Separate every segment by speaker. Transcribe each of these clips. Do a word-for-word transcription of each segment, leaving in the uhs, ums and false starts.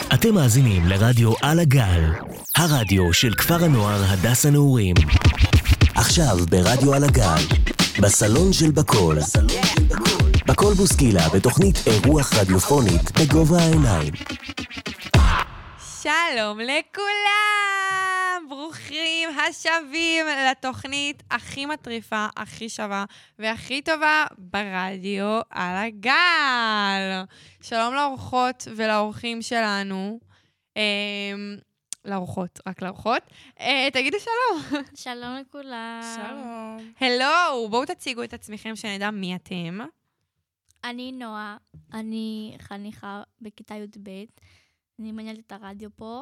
Speaker 1: אתם מאזינים לרדיו על הגל, הרדיו של כפר הנוער הדס הנעורים. עכשיו ברדיו על הגל, בסלון של בקול. בקול בוסקילה בתוכנית אירוח רדיופונית בגובה העיניים.
Speaker 2: שלום לכולם, ברוכים השבים לתוכנית הכי מטריפה, הכי שווה והכי טובה ברדיו על הגל. שלום לאורחות ולאורחים שלנו, אה, לאורחות, רק לאורחות. אה, תגידו שלום.
Speaker 3: שלום לכולם.
Speaker 4: שלום.
Speaker 2: הלו, בואו תציגו את עצמכם שנדע מי אתם.
Speaker 3: אני נועה, אני חניכה בכיתה י' ב', אני מנהלת את הרדיו פה.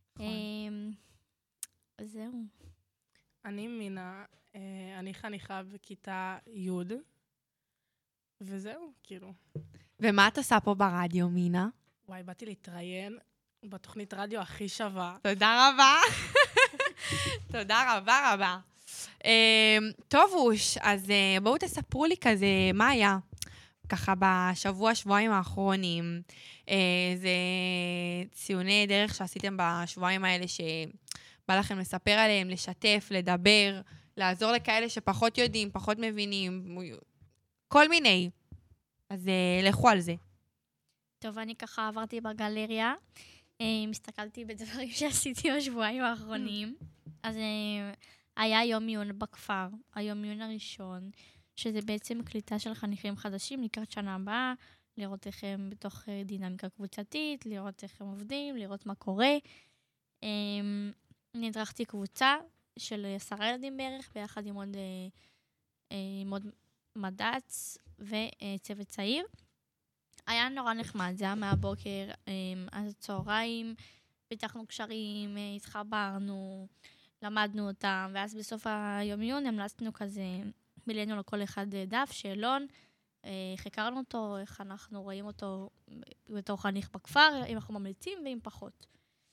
Speaker 3: זהו.
Speaker 4: אני מינה, אני חניכה בכיתה י' וזהו, כאילו.
Speaker 2: ומה את עושה פה ברדיו, מינה?
Speaker 4: וואי, באתי להתראיין בתוכנית רדיו הכי שווה.
Speaker 2: תודה רבה. תודה רבה רבה. טוב, אוש, אז בואו תספרו לי כזה, מה היה? ככה בשבוע, שבועיים האחרונים, זה ציוני דרך שעשיתם בשבועיים האלה שבא לכם לספר עליהם, לשתף, לדבר, לעזור לכאלה שפחות יודעים, פחות מבינים, כל מיני. אז לכו על זה.
Speaker 3: טוב, אני ככה עברתי בגלריה, מסתכלתי בדברים שעשיתי בשבועיים האחרונים. אז היה יום עיון בכפר, היום עיון הראשון, שזה בעצם קליטה של חניכים חדשים לקראת שנה הבאה, לראות איך הם בתוך דינמיקה קבוצתית, לראות איך הם עובדים, לראות מה קורה. אני הדרכתי קבוצה של עשרה ילדים בערך, ביחד עם עוד, עם עוד מדץ וצוות צעיר. היה נורא נחמד, זה היה מהבוקר, עד הצהריים, פיתחנו קשרים, התחברנו, למדנו אותם, ואז בסוף היומיון המלצנו כזה, מילאנו לכל אחד דף, שאלון, איך הכרנו אותו, איך אנחנו רואים אותו בתור חניך בכפר, אם אנחנו ממליצים ואם פחות.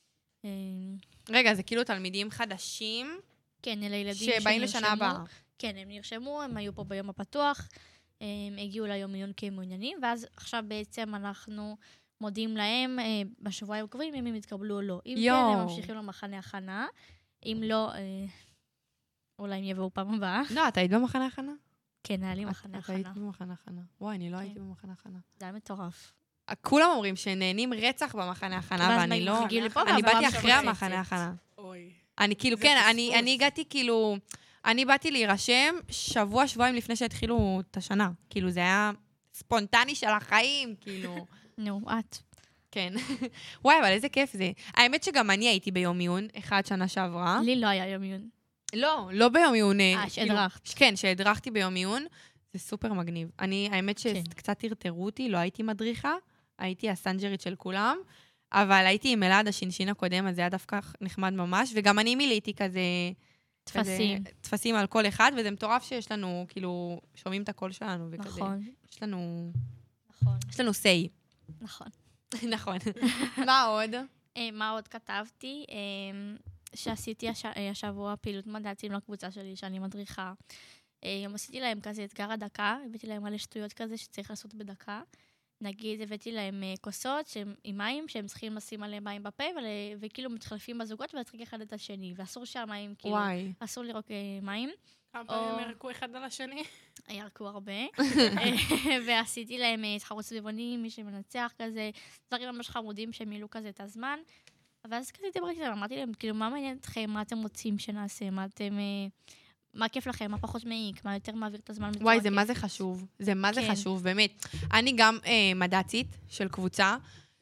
Speaker 2: רגע, זה כאילו תלמידים חדשים?
Speaker 3: כן, אלה ילדים
Speaker 2: שבאים לשנה הבאה.
Speaker 3: כן, הם נרשמו, הם היו פה ביום הפתוח, הם הגיעו ליום עיון כמעוניינים, ואז עכשיו בעצם אנחנו מודיעים להם בשבועיים הקרובים אם הם יתקבלו או לא. אם כן, הם ממשיכים למחנה הכנה, אם לא, אולי הם יבואו פעם הבאה.
Speaker 2: לא, אתה היית במחנה הכנה?
Speaker 3: כן, היה לי מחנה הכנה.
Speaker 2: אתה היית במחנה הכנה. וואי, אני לא הייתי במחנה הכנה.
Speaker 3: זה היה מטורף.
Speaker 2: כולם אומרים שנהנים רצח במחנה הכנה, ואני לא... אני באתי אחרי המחנה הכנה.
Speaker 4: אוי.
Speaker 2: אני כאילו, כן, אני הגעתי כאילו... אני באתי להירשם שבוע, שבועיים לפני שהתחילו את השנה. כאילו, זה היה ספונטני של החיים, כאילו.
Speaker 3: נו, את.
Speaker 2: כן. וואי, אבל איזה כיף זה. האמת שגם אני הייתי ביום עיון, אחד שנה שעברה.
Speaker 3: לי לא היה יום עיון.
Speaker 2: לא, לא ביום עיון.
Speaker 3: אה, שהדרכת.
Speaker 2: כן, שהדרכתי ביום עיון. זה סופר מגניב. אני, האמת שקצת תרתרו אותי, לא הייתי מדריכה, הייתי הסנג'רית של כולם, אבל הייתי עם אלעד השינשין הקודם, אז זה היה דווקא נחמד ממש, וגם אני מיליתי כזה...
Speaker 3: תפסים.
Speaker 2: תפסים על כל אחד, וזה מטורף שיש לנו, כאילו, שומעים את הקול שלנו, וכזה.
Speaker 3: נכון.
Speaker 2: יש לנו...
Speaker 3: נכון.
Speaker 2: יש לנו say.
Speaker 3: נכון.
Speaker 2: נכון. מה עוד?
Speaker 3: מה עוד כתבתי? שעשיתי השבוע פעילות מדעצים לקבוצה שלי, שאני מדריכה. עשיתי להם כזה אתגר הדקה, הבאתי להם מלא שטויות כזה שצריך לעשות בדקה. נגיד, הבאתי להם כוסות עם מים, שהם צריכים לשים עליהם מים בפה, וכאילו מתחלפים בזוגות ולהצחיק אחד את השני, ואסור שהמים, כאילו, אסור לרוק מים.
Speaker 4: כמה פעמים ירקו אחד על השני?
Speaker 3: ירקו הרבה. ועשיתי להם תחרות סביבונים, מי שמנצח כזה, דברים ממש חמודים שהם מילאו כזה את הזמן. ואז כזה דיברתי להם, אמרתי להם, כאילו, מה מעניין אתכם, מה אתם רוצים שנעשה, מה אתם... מה כיף לכם, מה פחות מעיק, מה יותר מעביר את הזמן בצורה כיף.
Speaker 2: וואי, זה מה זה חשוב. זה מה זה חשוב, באמת. אני גם מדעצית של קבוצה,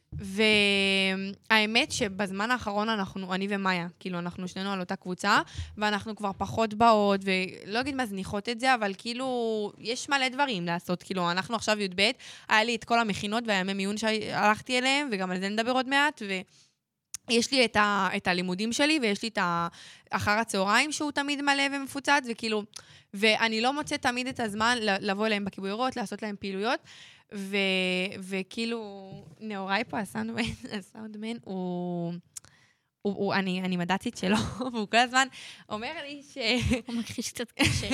Speaker 2: והאמת שבזמן האחרון אנחנו, אני ומאיה, כאילו אנחנו שנינו על אותה קבוצה, ואנחנו כבר פחות באות, ולא אגיד מזניחות את זה, אבל כאילו, יש מלא דברים לעשות. כאילו, אנחנו עכשיו י' ב', היה לי את כל המכינות והימי מיון שהלכתי אליהם, וגם על זה נדבר עוד מעט, ו... יש לי את, ה, את הלימודים שלי, ויש לי את האחר הצהריים שהוא תמיד מלא ומפוצץ, וכאילו, ואני לא מוצאת תמיד את הזמן לבוא אליהם בכיבוירות, לעשות להם פעילויות, ו, וכאילו, נאוריי פה, הסאונדמן, הסאונדמן, הוא, הוא, הוא, אני, אני מדצית שלו, והוא כל הזמן אומר לי ש...
Speaker 3: הוא מכחיש קצת קשר.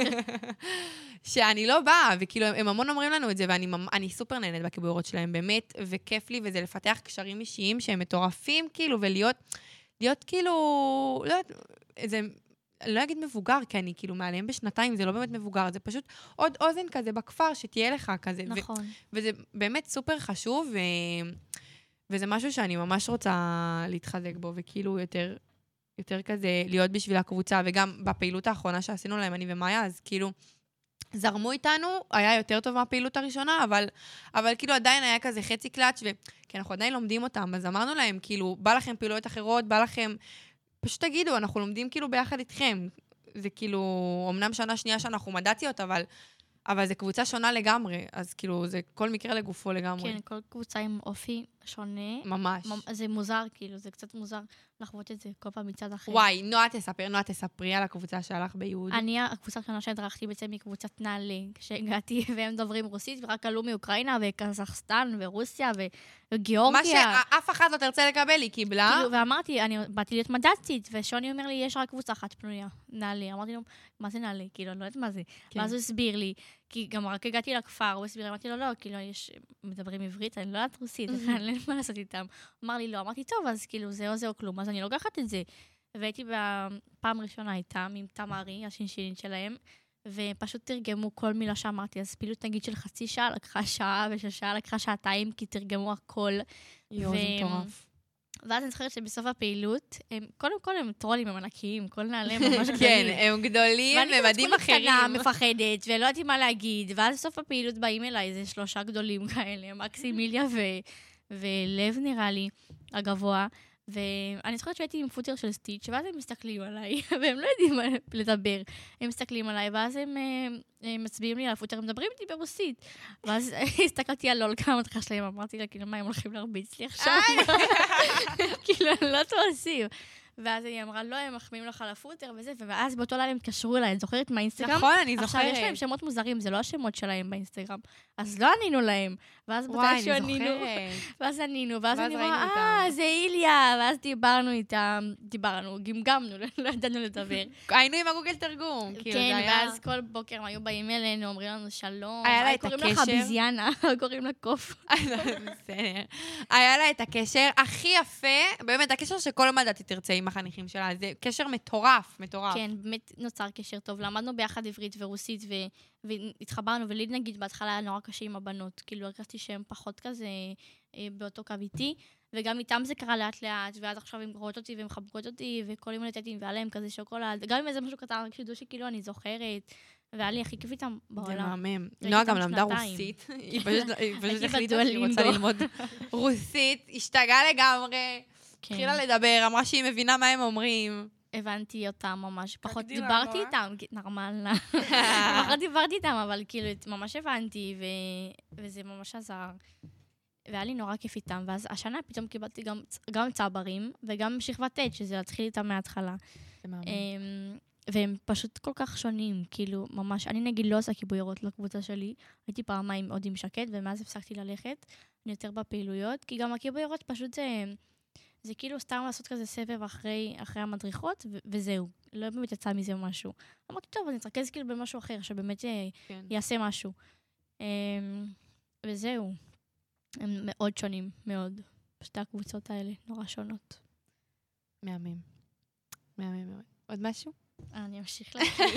Speaker 2: שאני לא באה, וכאילו, הם המון אומרים לנו את זה, ואני אני סופר נהנית בקיבורות שלהם, באמת, וכיף לי, וזה לפתח קשרים אישיים שהם מטורפים, כאילו, ולהיות, להיות כאילו, לא יודעת, איזה... אני לא אגיד מבוגר, כי אני כאילו מעליהם בשנתיים, זה לא באמת מבוגר, זה פשוט עוד אוזן כזה בכפר שתהיה לך כזה.
Speaker 3: נכון.
Speaker 2: ו- וזה באמת סופר חשוב, ו- וזה משהו שאני ממש רוצה להתחזק בו, וכאילו יותר, יותר כזה להיות בשביל הקבוצה, וגם בפעילות האחרונה שעשינו להם, אני ומאיה, אז כאילו זרמו איתנו, היה יותר טוב מהפעילות הראשונה, אבל, אבל כאילו עדיין היה כזה חצי קלאץ', ו- כי אנחנו עדיין לומדים אותם, אז אמרנו להם, כאילו, בא לכם פעילויות אחרות, בא לכם... פשוט תגידו, אנחנו לומדים כאילו ביחד איתכם. זה כאילו, אמנם שנה שנייה שאנחנו מדעתיות, אבל, אבל זה קבוצה שונה לגמרי. אז כאילו, זה כל מקרה לגופו לגמרי.
Speaker 3: כן, כל קבוצה עם אופי שונה.
Speaker 2: ממש.
Speaker 3: זה מוזר, כאילו, זה קצת מוזר לחוות את זה כל פעם מצד אחר.
Speaker 2: וואי, נועה תספר, נועה תספרי על הקבוצה שלך ביהוד.
Speaker 3: אני, הקבוצה הראשונה שהדרכתי בעצם מקבוצת נעלה, כשהגעתי והם דוברים רוסית, ורק עלו מאוקראינה וקזחסטן ורוסיה וגיאורגיה.
Speaker 2: מה שאף אחד לא תרצה לקבל, היא קיבלה.
Speaker 3: כאילו, ואמרתי, אני באתי להיות מדעתית, ושוני אומר לי, יש רק קבוצה אחת פנויה, נעלה. אמרתי לו, מה זה נעלה? כאילו, אני לא יודעת מה זה.
Speaker 2: כן.
Speaker 3: ואז הוא הסביר לי, כי גם רק הגעתי לכפר, הוא הסביר לי, אמרתי לו, לא, כאילו, יש, מדברים עברית, אני לא יודעת רוסית, אין לי מה לעשות איתם. אמר לי, לא, אמרתי, טוב, אז כאילו, זה או זה או כלום, אז אני לוקחת את זה. והייתי בפעם ראשונה איתם, עם תמרי, השינשינית שלהם, ופשוט תרגמו כל מילה שאמרתי. אז פעילות נגיד של חצי שעה, לקחה שעה, ושל שעה לקחה שעתיים, כי תרגמו הכל.
Speaker 2: יואו, זה מטורף.
Speaker 3: ואז אני זוכרת שבסוף הפעילות, הם, קודם כל הם טרולים, הם ענקיים, כל נעליהם ממש גדולים.
Speaker 2: כן, הם גדולים, ממדים אחרים.
Speaker 3: ואני קטנה, מפחדת, ולא יודעת מה להגיד. ואז בסוף הפעילות באים אליי, איזה שלושה גדולים כאלה, מקסימיליה ו... ולב נראה לי, הגבוה. ואני זוכרת שהייתי עם פוטר של סטיץ', ואז הם מסתכלים עליי, והם לא יודעים לדבר. הם מסתכלים עליי, ואז הם, הם מצביעים לי על הפוטר, הם מדברים איתי ברוסית. ואז הסתכלתי על לול כמה מתחה שלהם, אמרתי לה, כאילו, מה, הם הולכים להרביץ לי עכשיו? כאילו, הם לא תועשים. ואז היא אמרה, לא, הם מחמיאים לך על הפוטר וזה, ואז באותו לילה הם התקשרו אליי, אני זוכרת מהאינסטגרם.
Speaker 2: נכון, אני זוכרת.
Speaker 3: עכשיו, יש להם שמות מוזרים, זה לא השמות שלהם באינסטגרם. אז לא ענינו להם. ואז
Speaker 2: וואי,
Speaker 3: מתי שענינו,
Speaker 2: אני זוכרת.
Speaker 3: ואז ענינו, ואז אני
Speaker 2: ראינו
Speaker 3: אמרה,
Speaker 2: אותם.
Speaker 3: אה, זה איליה, ואז דיברנו איתם, דיברנו, גמגמנו, לא ידענו לדבר.
Speaker 2: היינו עם הגוגל תרגום. כאילו,
Speaker 3: כן,
Speaker 2: זה היה-
Speaker 3: ואז כל בוקר הם היו באים אלינו, אומרים לנו שלום,
Speaker 2: היה לה
Speaker 3: היי,
Speaker 2: את
Speaker 3: קוראים לך
Speaker 2: הקשר.
Speaker 3: ביזיאנה, קוראים לה קוף.
Speaker 2: בסדר. היה לה את הקשר הכי יפה, באמת, הקשר שכל מדעתי תרצה עם החניכים שלה, זה קשר מטורף, מטורף.
Speaker 3: כן, באמת נוצר קשר טוב. למדנו ביחד עברית ורוסית, ו- והתחברנו, ולי נגיד בהתחלה היה נורא קשה עם הבנות. כאילו, הרגשתי שהן פחות כזה אה, באותו קו איתי, וגם איתם זה קרה לאט לאט, ואז עכשיו הן רואות אותי והן מחבקות אותי, וכל יום נתתי, והיה להם כזה שוקולד. גם אם איזה משהו קטן, רק שידעו שכאילו אני זוכרת, והיה לי הכי כיף איתם
Speaker 2: זה
Speaker 3: בעולם.
Speaker 2: מהמם.
Speaker 3: הייתי
Speaker 2: נועה גם
Speaker 3: איתם
Speaker 2: למדה
Speaker 3: שנתיים.
Speaker 2: רוסית. היא פשוט היא פשוט
Speaker 3: הייתי
Speaker 2: החליטה שהיא רוצה
Speaker 3: בדואלינגו.
Speaker 2: ללמוד רוסית, השתגעה לגמרי,
Speaker 3: כן.
Speaker 2: התחילה לדבר, אמרה שהיא מבינה מה הם אומרים.
Speaker 3: הבנתי אותם ממש, פחות
Speaker 4: תגדירה,
Speaker 3: דיברתי
Speaker 4: נועה.
Speaker 3: איתם, כי- נורמל, פחות דיברתי איתם, אבל כאילו ממש הבנתי, ו- וזה ממש עזר. והיה לי נורא כיף איתם, ואז השנה פתאום קיבלתי גם, גם צברים, וגם שכבת ט', שזה להתחיל איתם מההתחלה.
Speaker 2: זה מהמם.
Speaker 3: אמ, והם פשוט כל כך שונים, כאילו, ממש, אני נגיד לא עושה כיבוירות לקבוצה שלי, הייתי פעמיים עוד עם שקט, ומאז הפסקתי ללכת, אני יותר בפעילויות, כי גם הכיבוירות פשוט זה, זה כאילו סתם לעשות כזה סבב אחרי, אחרי המדריכות, ו- וזהו, לא באמת יצא מזה משהו. אמרתי, טוב, אז נתרכז כאילו במשהו אחר, שבאמת אה,
Speaker 2: כן.
Speaker 3: יעשה משהו. אמ, וזהו, הם מאוד שונים, מאוד. שתי הקבוצות האלה, נורא שונות.
Speaker 2: מהמם. מהמם מאוד. עוד משהו?
Speaker 3: אני אמשיך להקריא.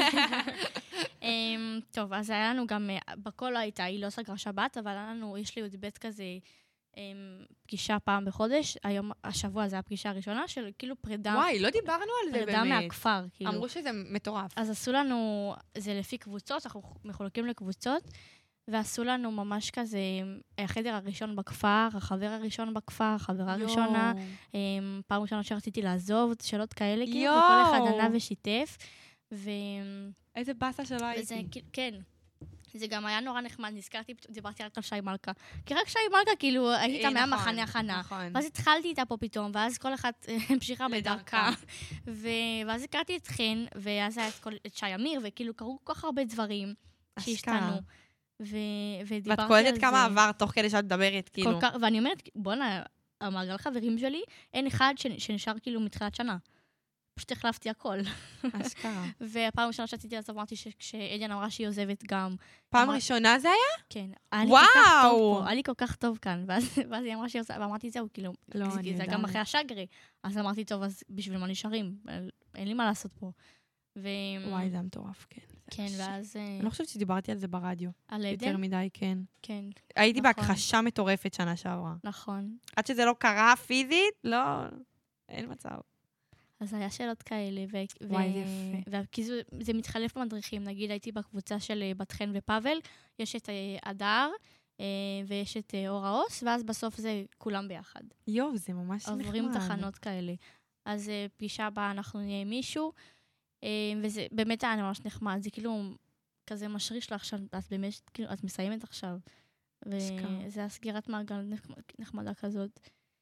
Speaker 3: אמ, טוב, אז היה לנו גם, אה, בכל לא הייתה, היא לא סגרה שבת, אבל היה לנו, יש לי עוד בית כזה, אמ, פגישה פעם בחודש, היום, השבוע זה הפגישה הראשונה של כאילו פרידה,
Speaker 2: וואי, לא דיברנו על זה
Speaker 3: פרידה
Speaker 2: באמת.
Speaker 3: מהכפר, כאילו.
Speaker 2: אמרו שזה מטורף.
Speaker 3: אז עשו לנו, זה לפי קבוצות, אנחנו מחולקים לקבוצות, ועשו לנו ממש כזה, החדר הראשון בכפר, החבר הראשון בכפר, החברה הראשונה, אמ, פעם ראשונה שרציתי לעזוב, שאלות כאלה, כאילו,
Speaker 2: יואו.
Speaker 3: וכל אחד ענה ושיתף, ו...
Speaker 2: איזה באסה שלא
Speaker 3: וזה,
Speaker 2: הייתי.
Speaker 3: כאילו, כן. זה גם היה נורא נחמד, נזכרתי, פתאום דיברתי רק על שי מלכה. כי רק שי מלכה, כאילו, היית
Speaker 2: אה,
Speaker 3: מהמחנה
Speaker 2: נכון,
Speaker 3: הכנה.
Speaker 2: נכון.
Speaker 3: ואז התחלתי איתה פה פתאום, ואז כל אחת המשיכה בדרכה.
Speaker 2: לדרכה.
Speaker 3: ו- ואז הכרתי את חן, ואז היה את כל- את שי אמיר, וכאילו קרו כל כך הרבה דברים שהשתנו.
Speaker 2: אשכרה.
Speaker 3: ו- ודיברתי
Speaker 2: ואת
Speaker 3: על זה.
Speaker 2: קולטת כמה עבר תוך כדי שאת מדברת, כאילו.
Speaker 3: כל כך- ואני אומרת, בוא'נה, המעגל חברים שלי, אין אחד שנשאר כאילו מתחילת שנה. פשוט החלפתי הכל.
Speaker 2: אשכרה.
Speaker 3: והפעם הראשונה שרציתי לעזוב, אמרתי שכשעדן אמרה שהיא עוזבת גם.
Speaker 2: פעם ראשונה זה היה?
Speaker 3: כן. היה לי כל כך טוב פה, היה לי כל כך טוב כאן. ואז היא אמרה שהיא עוזבת, ואמרתי, זהו, כאילו, זה גם אחרי השגרי. אז אמרתי, טוב, אז בשביל מה נשארים? אין לי מה לעשות פה.
Speaker 2: וואי, זה מטורף, כן.
Speaker 3: כן, ואז...
Speaker 2: אני לא חושבת שדיברתי על זה ברדיו.
Speaker 3: על עדן?
Speaker 2: יותר מדי, כן.
Speaker 3: כן.
Speaker 2: הייתי בהכחשה מטורפת שנה שעברה.
Speaker 3: נכון.
Speaker 2: עד שזה לא קרה פיזית, לא, אין מצב.
Speaker 3: אז היה שאלות כאלה,
Speaker 2: וואי, זה יפה.
Speaker 3: וכאילו זה מתחלף במדריכים. נגיד, הייתי בקבוצה של בת חן ופאבל, יש את אדר, ויש את אור האוס, ואז בסוף זה כולם ביחד.
Speaker 2: יו, זה ממש נחמד.
Speaker 3: עוברים תחנות כאלה. אז פגישה הבאה אנחנו נהיה עם מישהו, וזה באמת היה ממש נחמד. זה כאילו כזה משריש לך, את באמת, כאילו, את מסיימת עכשיו. וזה הסגירת מעגל נחמדה כזאת.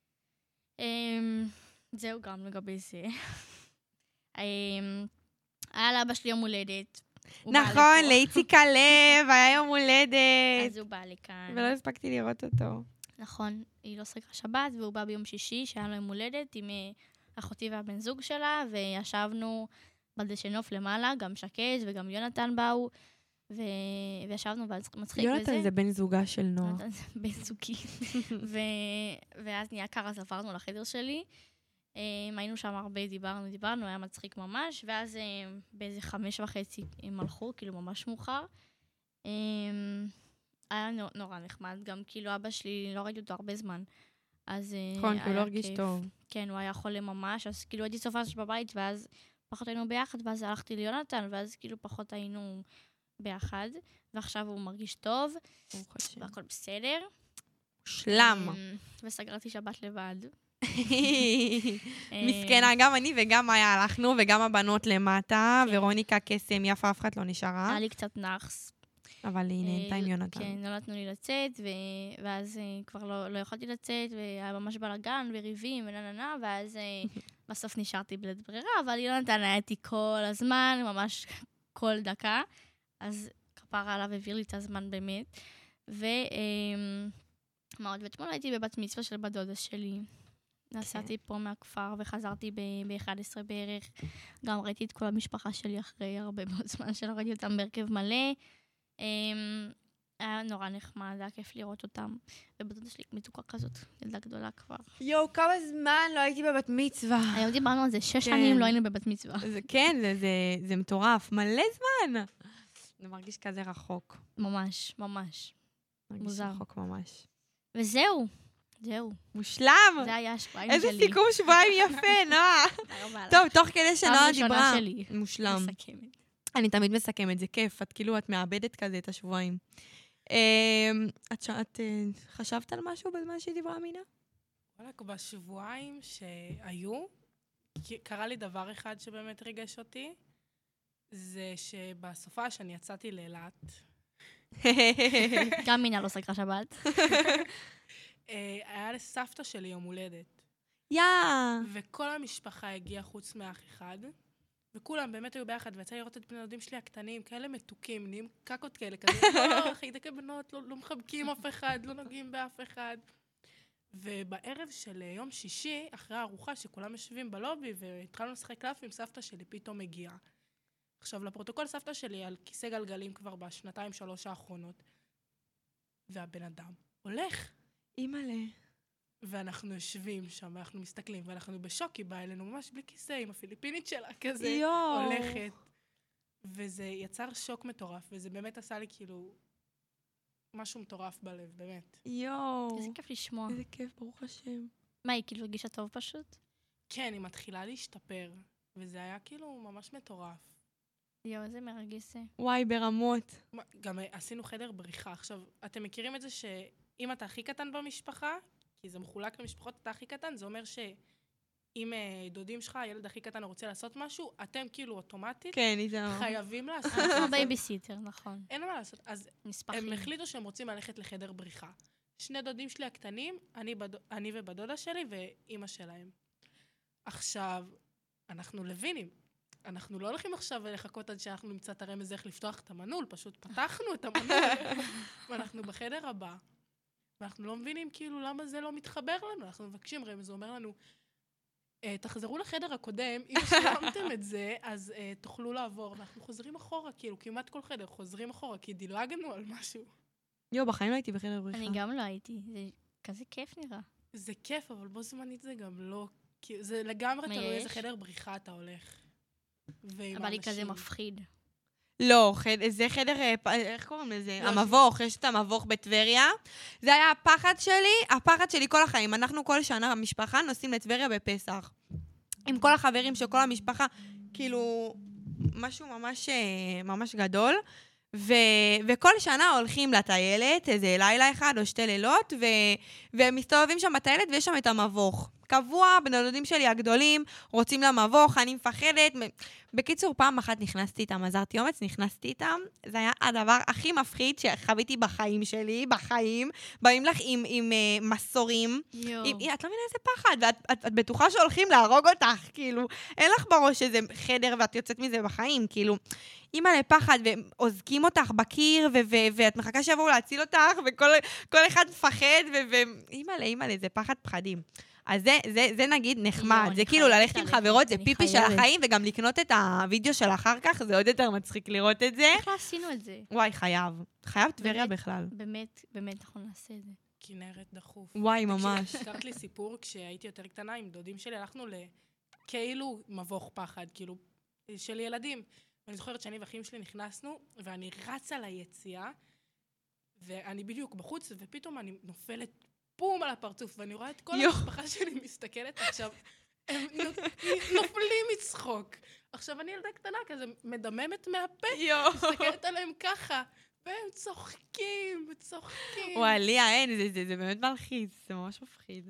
Speaker 3: זהו גם לגבי זה. היה לאבא שלי יום הולדת.
Speaker 2: נכון, לאיציק הלב, היה יום הולדת.
Speaker 3: אז הוא בא לכאן.
Speaker 2: ולא הספקתי לראות אותו.
Speaker 3: נכון, היא לא סגרה שבת, והוא בא ביום שישי, שהיה לו יום הולדת עם אחותי והבן זוג שלה, וישבנו בדשנוף למעלה, גם שקד וגם יונתן באו, וישבנו מצחיק וזה.
Speaker 2: יונתן זה בן זוגה של נועה.
Speaker 3: יונתן זה בן זוגי. ואז נהיה קר, אז עברנו לחדר שלי. היינו שם הרבה, דיברנו, דיברנו, היה מצחיק ממש, ואז באיזה חמש וחצי הם הלכו, כאילו ממש מאוחר. היה נורא נחמד, גם כאילו אבא שלי, לא ראיתי אותו הרבה זמן. אז
Speaker 2: נכון, כי הוא לא הרגיש טוב.
Speaker 3: כן, הוא היה חולה ממש, אז כאילו הייתי סופה בבית, ואז פחות היינו ביחד, ואז הלכתי ליונתן, ואז כאילו פחות היינו ביחד, ועכשיו הוא מרגיש טוב, והכל בסדר.
Speaker 2: שלם.
Speaker 3: וסגרתי שבת לבד.
Speaker 2: מסכנה, גם אני וגם מאיה הלכנו, וגם הבנות למטה, ורוניקה קסם יפה, אף אחד לא נשארה.
Speaker 3: היה לי קצת נחס.
Speaker 2: אבל היא נהנתה עם יונתן.
Speaker 3: כן, לא נתנו לי לצאת, ואז כבר לא יכולתי לצאת, והיה ממש בלגן, וריבים, ונננה, ואז בסוף נשארתי בלית ברירה, אבל יונתן היה איתי כל הזמן, ממש כל דקה, אז כפרה עליו העביר לי את הזמן באמת. ו... מה עוד? ואתמול הייתי בבת מצווה של בת דודה שלי. נסעתי פה מהכפר וחזרתי ב-אחת עשרה בערך. גם ראיתי את כל המשפחה שלי אחרי הרבה מאוד זמן שלא ראיתי אותם בהרכב מלא. היה נורא נחמד, היה כיף לראות אותם. ובת דודה שלי מתוקה כזאת, ילדה גדולה כבר.
Speaker 2: יואו, כמה זמן לא הייתי בבת מצווה.
Speaker 3: היום דיברנו על זה, שש שנים לא היינו בבת מצווה.
Speaker 2: כן, זה מטורף, מלא זמן. זה מרגיש כזה רחוק.
Speaker 3: ממש, ממש.
Speaker 2: מוזר. מרגיש רחוק ממש.
Speaker 3: וזהו, זהו.
Speaker 2: מושלם.
Speaker 3: זה היה השבועיים שלי.
Speaker 2: איזה סיכום שבועיים יפה, נועה. טוב, תוך כדי שנועה דיברה. מושלם.
Speaker 3: מסכמת.
Speaker 2: אני תמיד מסכמת, זה כיף. את כאילו, את מאבדת כזה את השבועיים. את חשבת על משהו בזמן שהיא דיברה, מינה?
Speaker 4: וואלק, בשבועיים שהיו, קרה לי דבר אחד שבאמת ריגש אותי, זה שבסופה שאני יצאתי לאילת,
Speaker 3: גם מינה לא סגרה שבת.
Speaker 4: היה לסבתא שלי יום הולדת.
Speaker 2: יא!
Speaker 4: וכל המשפחה הגיעה חוץ מאח אחד, וכולם באמת היו ביחד, ויצא לראות את בני הדודים שלי הקטנים, כאלה מתוקים, נהיים קקות כאלה, כזה, לא, חיידקי בנות, לא, לא מחבקים אף אחד, לא נוגעים באף אחד. ובערב של יום שישי, אחרי הארוחה, שכולם יושבים בלובי, והתחלנו לשחק קלפים, סבתא שלי פתאום הגיעה. עכשיו, לפרוטוקול, סבתא שלי על כיסא גלגלים כבר בשנתיים, שלוש האחרונות. והבן אדם הולך.
Speaker 2: אימא'לה.
Speaker 4: ואנחנו יושבים שם, ואנחנו מסתכלים, ואנחנו בשוק, היא באה אלינו ממש בלי כיסא, עם הפיליפינית שלה כזה,
Speaker 2: יו.
Speaker 4: הולכת. וזה יצר שוק מטורף, וזה באמת עשה לי כאילו משהו מטורף בלב, באמת.
Speaker 2: יואו.
Speaker 3: איזה כיף לשמוע.
Speaker 2: איזה כיף, ברוך השם.
Speaker 3: מה, היא כאילו הרגישה טוב פשוט?
Speaker 4: כן, היא מתחילה להשתפר, וזה היה כאילו ממש מטורף.
Speaker 3: יואו, איזה מרגש זה.
Speaker 2: וואי, ברמות.
Speaker 4: גם עשינו חדר בריחה. עכשיו, אתם מכירים את זה שאם אתה הכי קטן במשפחה, כי זה מחולק למשפחות, אתה הכי קטן, זה אומר שאם דודים שלך, הילד הכי קטן רוצה לעשות משהו, אתם כאילו אוטומטית
Speaker 2: כן,
Speaker 4: חייבים לעשות.
Speaker 3: כמו בייביסיטר, נכון.
Speaker 4: אין מה לעשות. אז הם החליטו שהם רוצים ללכת לחדר בריחה. שני דודים שלי הקטנים, אני, בד... אני ובדודה שלי ואימא שלהם. עכשיו, אנחנו לבינים. אנחנו לא הולכים עכשיו לחכות עד שאנחנו נמצא את הרמז איך לפתוח את המנעול, פשוט פתחנו את המנעול, ואנחנו בחדר הבא. ואנחנו לא מבינים כאילו למה זה לא מתחבר לנו. אנחנו מבקשים, רמז, זה אומר לנו, אה, תחזרו לחדר הקודם, אם שלמתם את זה, אז אה, תוכלו לעבור. ואנחנו חוזרים אחורה, כאילו, כמעט כל חדר חוזרים אחורה, כי דילגנו על משהו.
Speaker 2: יו, בחיים לא הייתי בחדר בריחה.
Speaker 3: אני גם לא הייתי, זה כזה כיף נראה.
Speaker 4: זה כיף, אבל בו זמנית זה גם לא... כי זה לגמרי
Speaker 3: מה
Speaker 4: תלוי איזה
Speaker 3: יש?
Speaker 4: חדר בריחה אתה הולך. ועם
Speaker 3: אבל לי כזה
Speaker 4: האנשים.
Speaker 3: מפחיד.
Speaker 2: לא, חד- זה חדר, אה, פ- איך קוראים לזה?
Speaker 4: לא,
Speaker 2: המבוך, יש את המבוך בטבריה. זה היה הפחד שלי, הפחד שלי כל החיים. אנחנו כל שנה, המשפחה, נוסעים לטבריה בפסח. עם כל החברים של כל המשפחה, כאילו, משהו ממש, אה, ממש גדול. ו- וכל שנה הולכים לטיילת, איזה לילה אחד או שתי לילות, ו- ומסתובבים שם בטיילת ויש שם את המבוך. קבוע, בני הדודים שלי הגדולים רוצים למבוך, אני מפחדת. בקיצור, פעם אחת נכנסתי איתם, עזרתי אומץ, נכנסתי איתם. זה היה הדבר הכי מפחיד שחוויתי בחיים שלי, בחיים. באים לך עם, עם uh, מסורים.
Speaker 3: יואו.
Speaker 2: עם, את לא מבינה איזה פחד, ואת את, את בטוחה שהולכים להרוג אותך, כאילו. אין לך בראש איזה חדר ואת יוצאת מזה בחיים, כאילו. אימא לפחד, ועוזקים אותך בקיר, ו- ו- ואת מחכה שיבואו להציל אותך, וכל כל אחד מפחד, ואימא לאימא לזה פחד פחדים. אז זה, זה, זה נגיד נחמד,
Speaker 3: יואו,
Speaker 2: זה
Speaker 3: אני
Speaker 2: כאילו
Speaker 3: חייבת
Speaker 2: ללכת עם
Speaker 3: ללכת,
Speaker 2: חברות, זה
Speaker 3: אני
Speaker 2: פיפי של
Speaker 3: חייבת.
Speaker 2: החיים, וגם לקנות את הוידאו של אחר כך, זה עוד יותר מצחיק לראות את זה.
Speaker 3: איך לא עשינו את זה?
Speaker 2: וואי, חייב. חייב טבריה
Speaker 3: באמת?
Speaker 2: בכלל.
Speaker 3: באמת, באמת אנחנו נעשה את זה.
Speaker 4: כנרת דחוף.
Speaker 2: וואי, ממש.
Speaker 4: הזכרת לי סיפור, כשהייתי יותר קטנה עם דודים שלי, הלכנו לכאילו מבוך פחד, כאילו, של ילדים. ואני זוכרת שאני ואחים שלי נכנסנו, ואני רצה ליציאה, ואני בדיוק בחוץ, ופתאום אני נופלת פום על הפרצוף, ואני רואה את כל
Speaker 2: יו.
Speaker 4: המשפחה שלי מסתכלת עכשיו, הם נופלים מצחוק. עכשיו אני ילדה קטנה כזה מדממת מהפה,
Speaker 2: יואו.
Speaker 4: מסתכלת עליהם ככה, והם צוחקים, וצוחקים.
Speaker 2: וואי, ליה, אין, זה, זה, זה באמת מלחיץ, זה ממש מפחיד.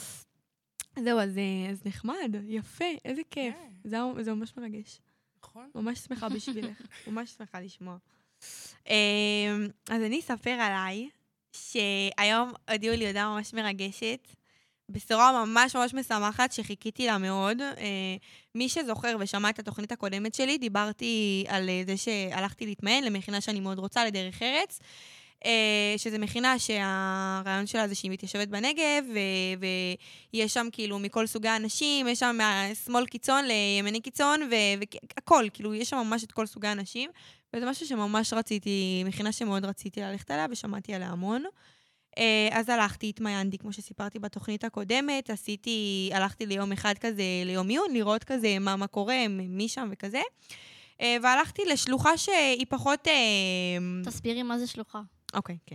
Speaker 2: זהו, אז, אה, אז נחמד, יפה, איזה כיף.
Speaker 4: כן.
Speaker 2: זה, זה ממש מרגש.
Speaker 4: נכון?
Speaker 2: ממש שמחה בשבילך, ממש שמחה לשמוע. אה, אז אני אספר עליי, שהיום הודיעו לי הודעה ממש מרגשת, בשורה ממש ממש משמחת שחיכיתי לה מאוד. אה, מי שזוכר ושמע את התוכנית הקודמת שלי, דיברתי על אה, זה שהלכתי להתמיין למכינה שאני מאוד רוצה, לדרך ארץ, אה, שזה מכינה שהרעיון שלה זה שהיא מתיישבת בנגב, ו- ויש שם כאילו מכל סוגי האנשים, יש שם מהשמאל קיצון לימני קיצון, והכל, כאילו יש שם ממש את כל סוגי האנשים, וזה משהו שממש רציתי, מכינה שמאוד רציתי ללכת עליה, ושמעתי עליה המון. אז הלכתי, התמיינתי, כמו שסיפרתי בתוכנית הקודמת, עשיתי, הלכתי ליום אחד כזה, ליום עיון, לראות כזה מה, מה קורה, מי שם וכזה, והלכתי לשלוחה שהיא פחות...
Speaker 3: תסבירי מה זה שלוחה.
Speaker 2: אוקיי, כן.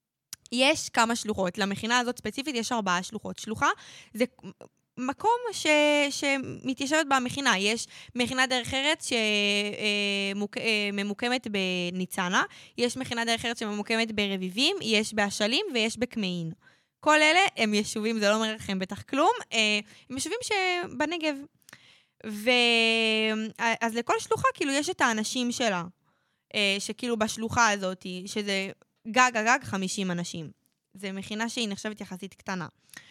Speaker 2: יש כמה שלוחות. למכינה הזאת ספציפית יש ארבעה שלוחות. שלוחה זה מקום ש... שמתיישבת במכינה. יש מכינה דרך ארץ שממוקמת בניצנה, יש מכינה דרך ארץ שממוקמת ברביבים, יש באשלים ויש בקמעין. כל אלה הם יישובים, זה לא אומר לכם בטח כלום, הם יישובים שבנגב. ו... אז לכל שלוחה כאילו יש את האנשים שלה, שכאילו בשלוחה הזאת, שזה גג הגג חמישים אנשים. זה מכינה שהיא נחשבת יחסית קטנה.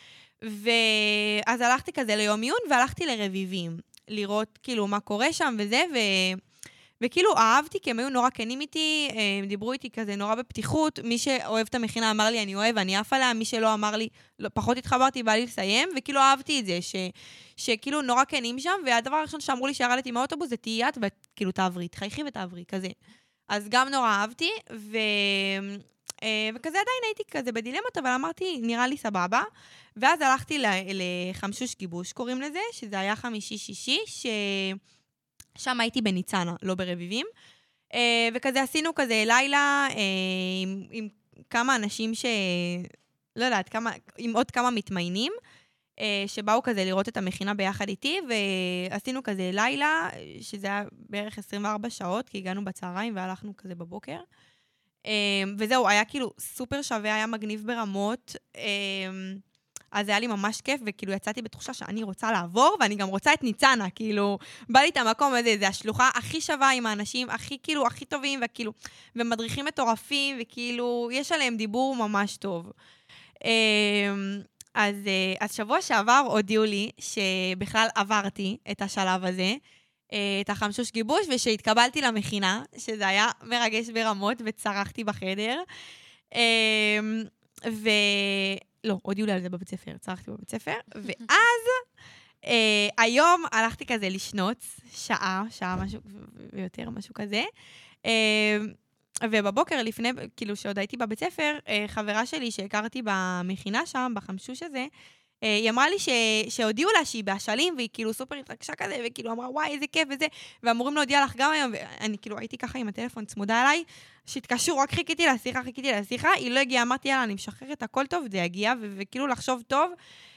Speaker 2: ואז הלכתי כזה ליום עיון, והלכתי לרביבים, לראות כאילו מה קורה שם וזה, ו... וכאילו אהבתי, כי הם היו נורא כנים איתי, הם דיברו איתי כזה נורא בפתיחות, מי שאוהב את המכינה אמר לי אני אוהב, אני עף עליה, מי שלא אמר לי, לא, פחות התחברתי, בא לי לסיים, וכאילו אהבתי את זה, ש... שכאילו נורא כנים שם, והדבר הראשון שאמרו לי שירדתי מהאוטובוס, זה תהיי את, וכאילו תעברי, תחייכי ותעברי, כזה. אז גם נורא אהבתי, ו... וכזה עדיין הייתי כזה בדילמות, אבל אמרתי, נראה לי סבבה. ואז הלכתי לחמשוש גיבוש, קוראים לזה, שזה היה חמישי-שישי, ששם הייתי בניצנה, לא ברביבים. וכזה עשינו כזה לילה עם, עם כמה אנשים ש... לא יודעת, כמה, עם עוד כמה מתמיינים, שבאו כזה לראות את המכינה ביחד איתי, ועשינו כזה לילה, שזה היה בערך עשרים וארבע שעות, כי הגענו בצהריים והלכנו כזה בבוקר. וזהו, היה כאילו סופר שווה, היה מגניב ברמות, אז היה לי ממש כיף, וכאילו יצאתי בתחושה שאני רוצה לעבור, ואני גם רוצה את ניצנה, כאילו, בא לי את המקום הזה, זה השלוחה הכי שווה עם האנשים, הכי כאילו, הכי טובים, וכאילו, ומדריכים מטורפים, וכאילו, יש עליהם דיבור ממש טוב. אז, אז שבוע שעבר הודיעו לי שבכלל עברתי את השלב הזה, את החמשוש גיבוש, ושהתקבלתי למכינה, שזה היה מרגש ברמות, וצרחתי בחדר. ו... לא, הודיעו לי על זה בבית ספר, צרכתי בבית ספר, ואז אה, היום הלכתי כזה לשנוץ, שעה, שעה משהו, ויותר משהו כזה, אה, ובבוקר לפני, כאילו שעוד הייתי בבית ספר, אה, חברה שלי שהכרתי במכינה שם, בחמשוש הזה, אה, היא אמרה לי ש... שהודיעו לה שהיא באשלים, והיא כאילו סופר התרגשה כזה, וכאילו אמרה, וואי, איזה כיף וזה, ואמורים להודיע לך גם היום, ואני כאילו הייתי ככה עם הטלפון צמודה אליי, שהתקשרו, רק חיכיתי לשיחה, חיכיתי לשיחה, היא לא הגיעה, אמרתי, יאללה, אני משחררת הכל טוב, זה יגיע, ו- וכאילו לחשוב טוב.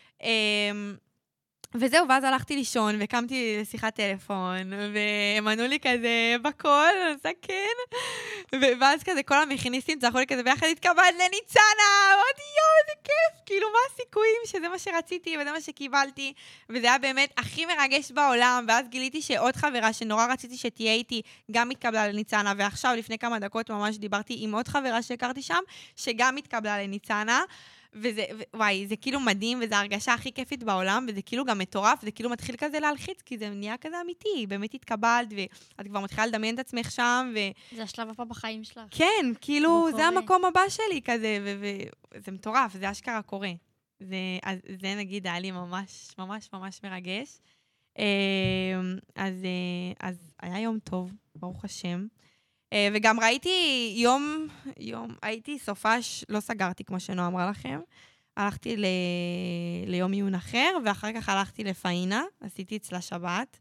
Speaker 2: וזהו, ואז הלכתי לישון, וקמתי לשיחת טלפון, והם ענו לי כזה בקול, סכן, ו- ואז כזה כל המכיניסטים צחקו לי כזה, ביחד התקבלת לניצנה, אמרתי, יואו, איזה כיף, כאילו, מה הסיכויים שזה מה שרציתי, וזה מה שקיבלתי, וזה היה באמת הכי מרגש בעולם, ואז גיליתי שעוד חברה שנורא רציתי שתהיה איתי, גם התקבלה לניצנה, ועכשיו, לפני כמה דקות ממש דיברתי עם עוד חברה שהכרתי שם, שגם התקבלה לניצנה, וזה, וואי, זה כאילו מדהים, וזו ההרגשה הכי כיפית בעולם, וזה כאילו גם מטורף, זה כאילו מתחיל כזה להלחיץ, כי זה נהיה כזה אמיתי, באמת התקבלת, ואת כבר מתחילה לדמיין את עצמך שם, ו...
Speaker 3: זה השלב הבא בחיים שלך.
Speaker 2: כן, כאילו, זה
Speaker 3: קורה.
Speaker 2: המקום הבא שלי כזה, וזה מטורף, זה אשכרה קורה. זה, אז, זה נגיד, היה לי ממש, ממש, ממש מרגש. אז, אז היה יום טוב, ברוך השם. וגם ראיתי יום, יום, הייתי סופש, לא סגרתי כמו שנועה אמרה לכם, הלכתי ל... ליום עיון אחר, ואחר כך הלכתי לפאינה, עשיתי אצלה שבת.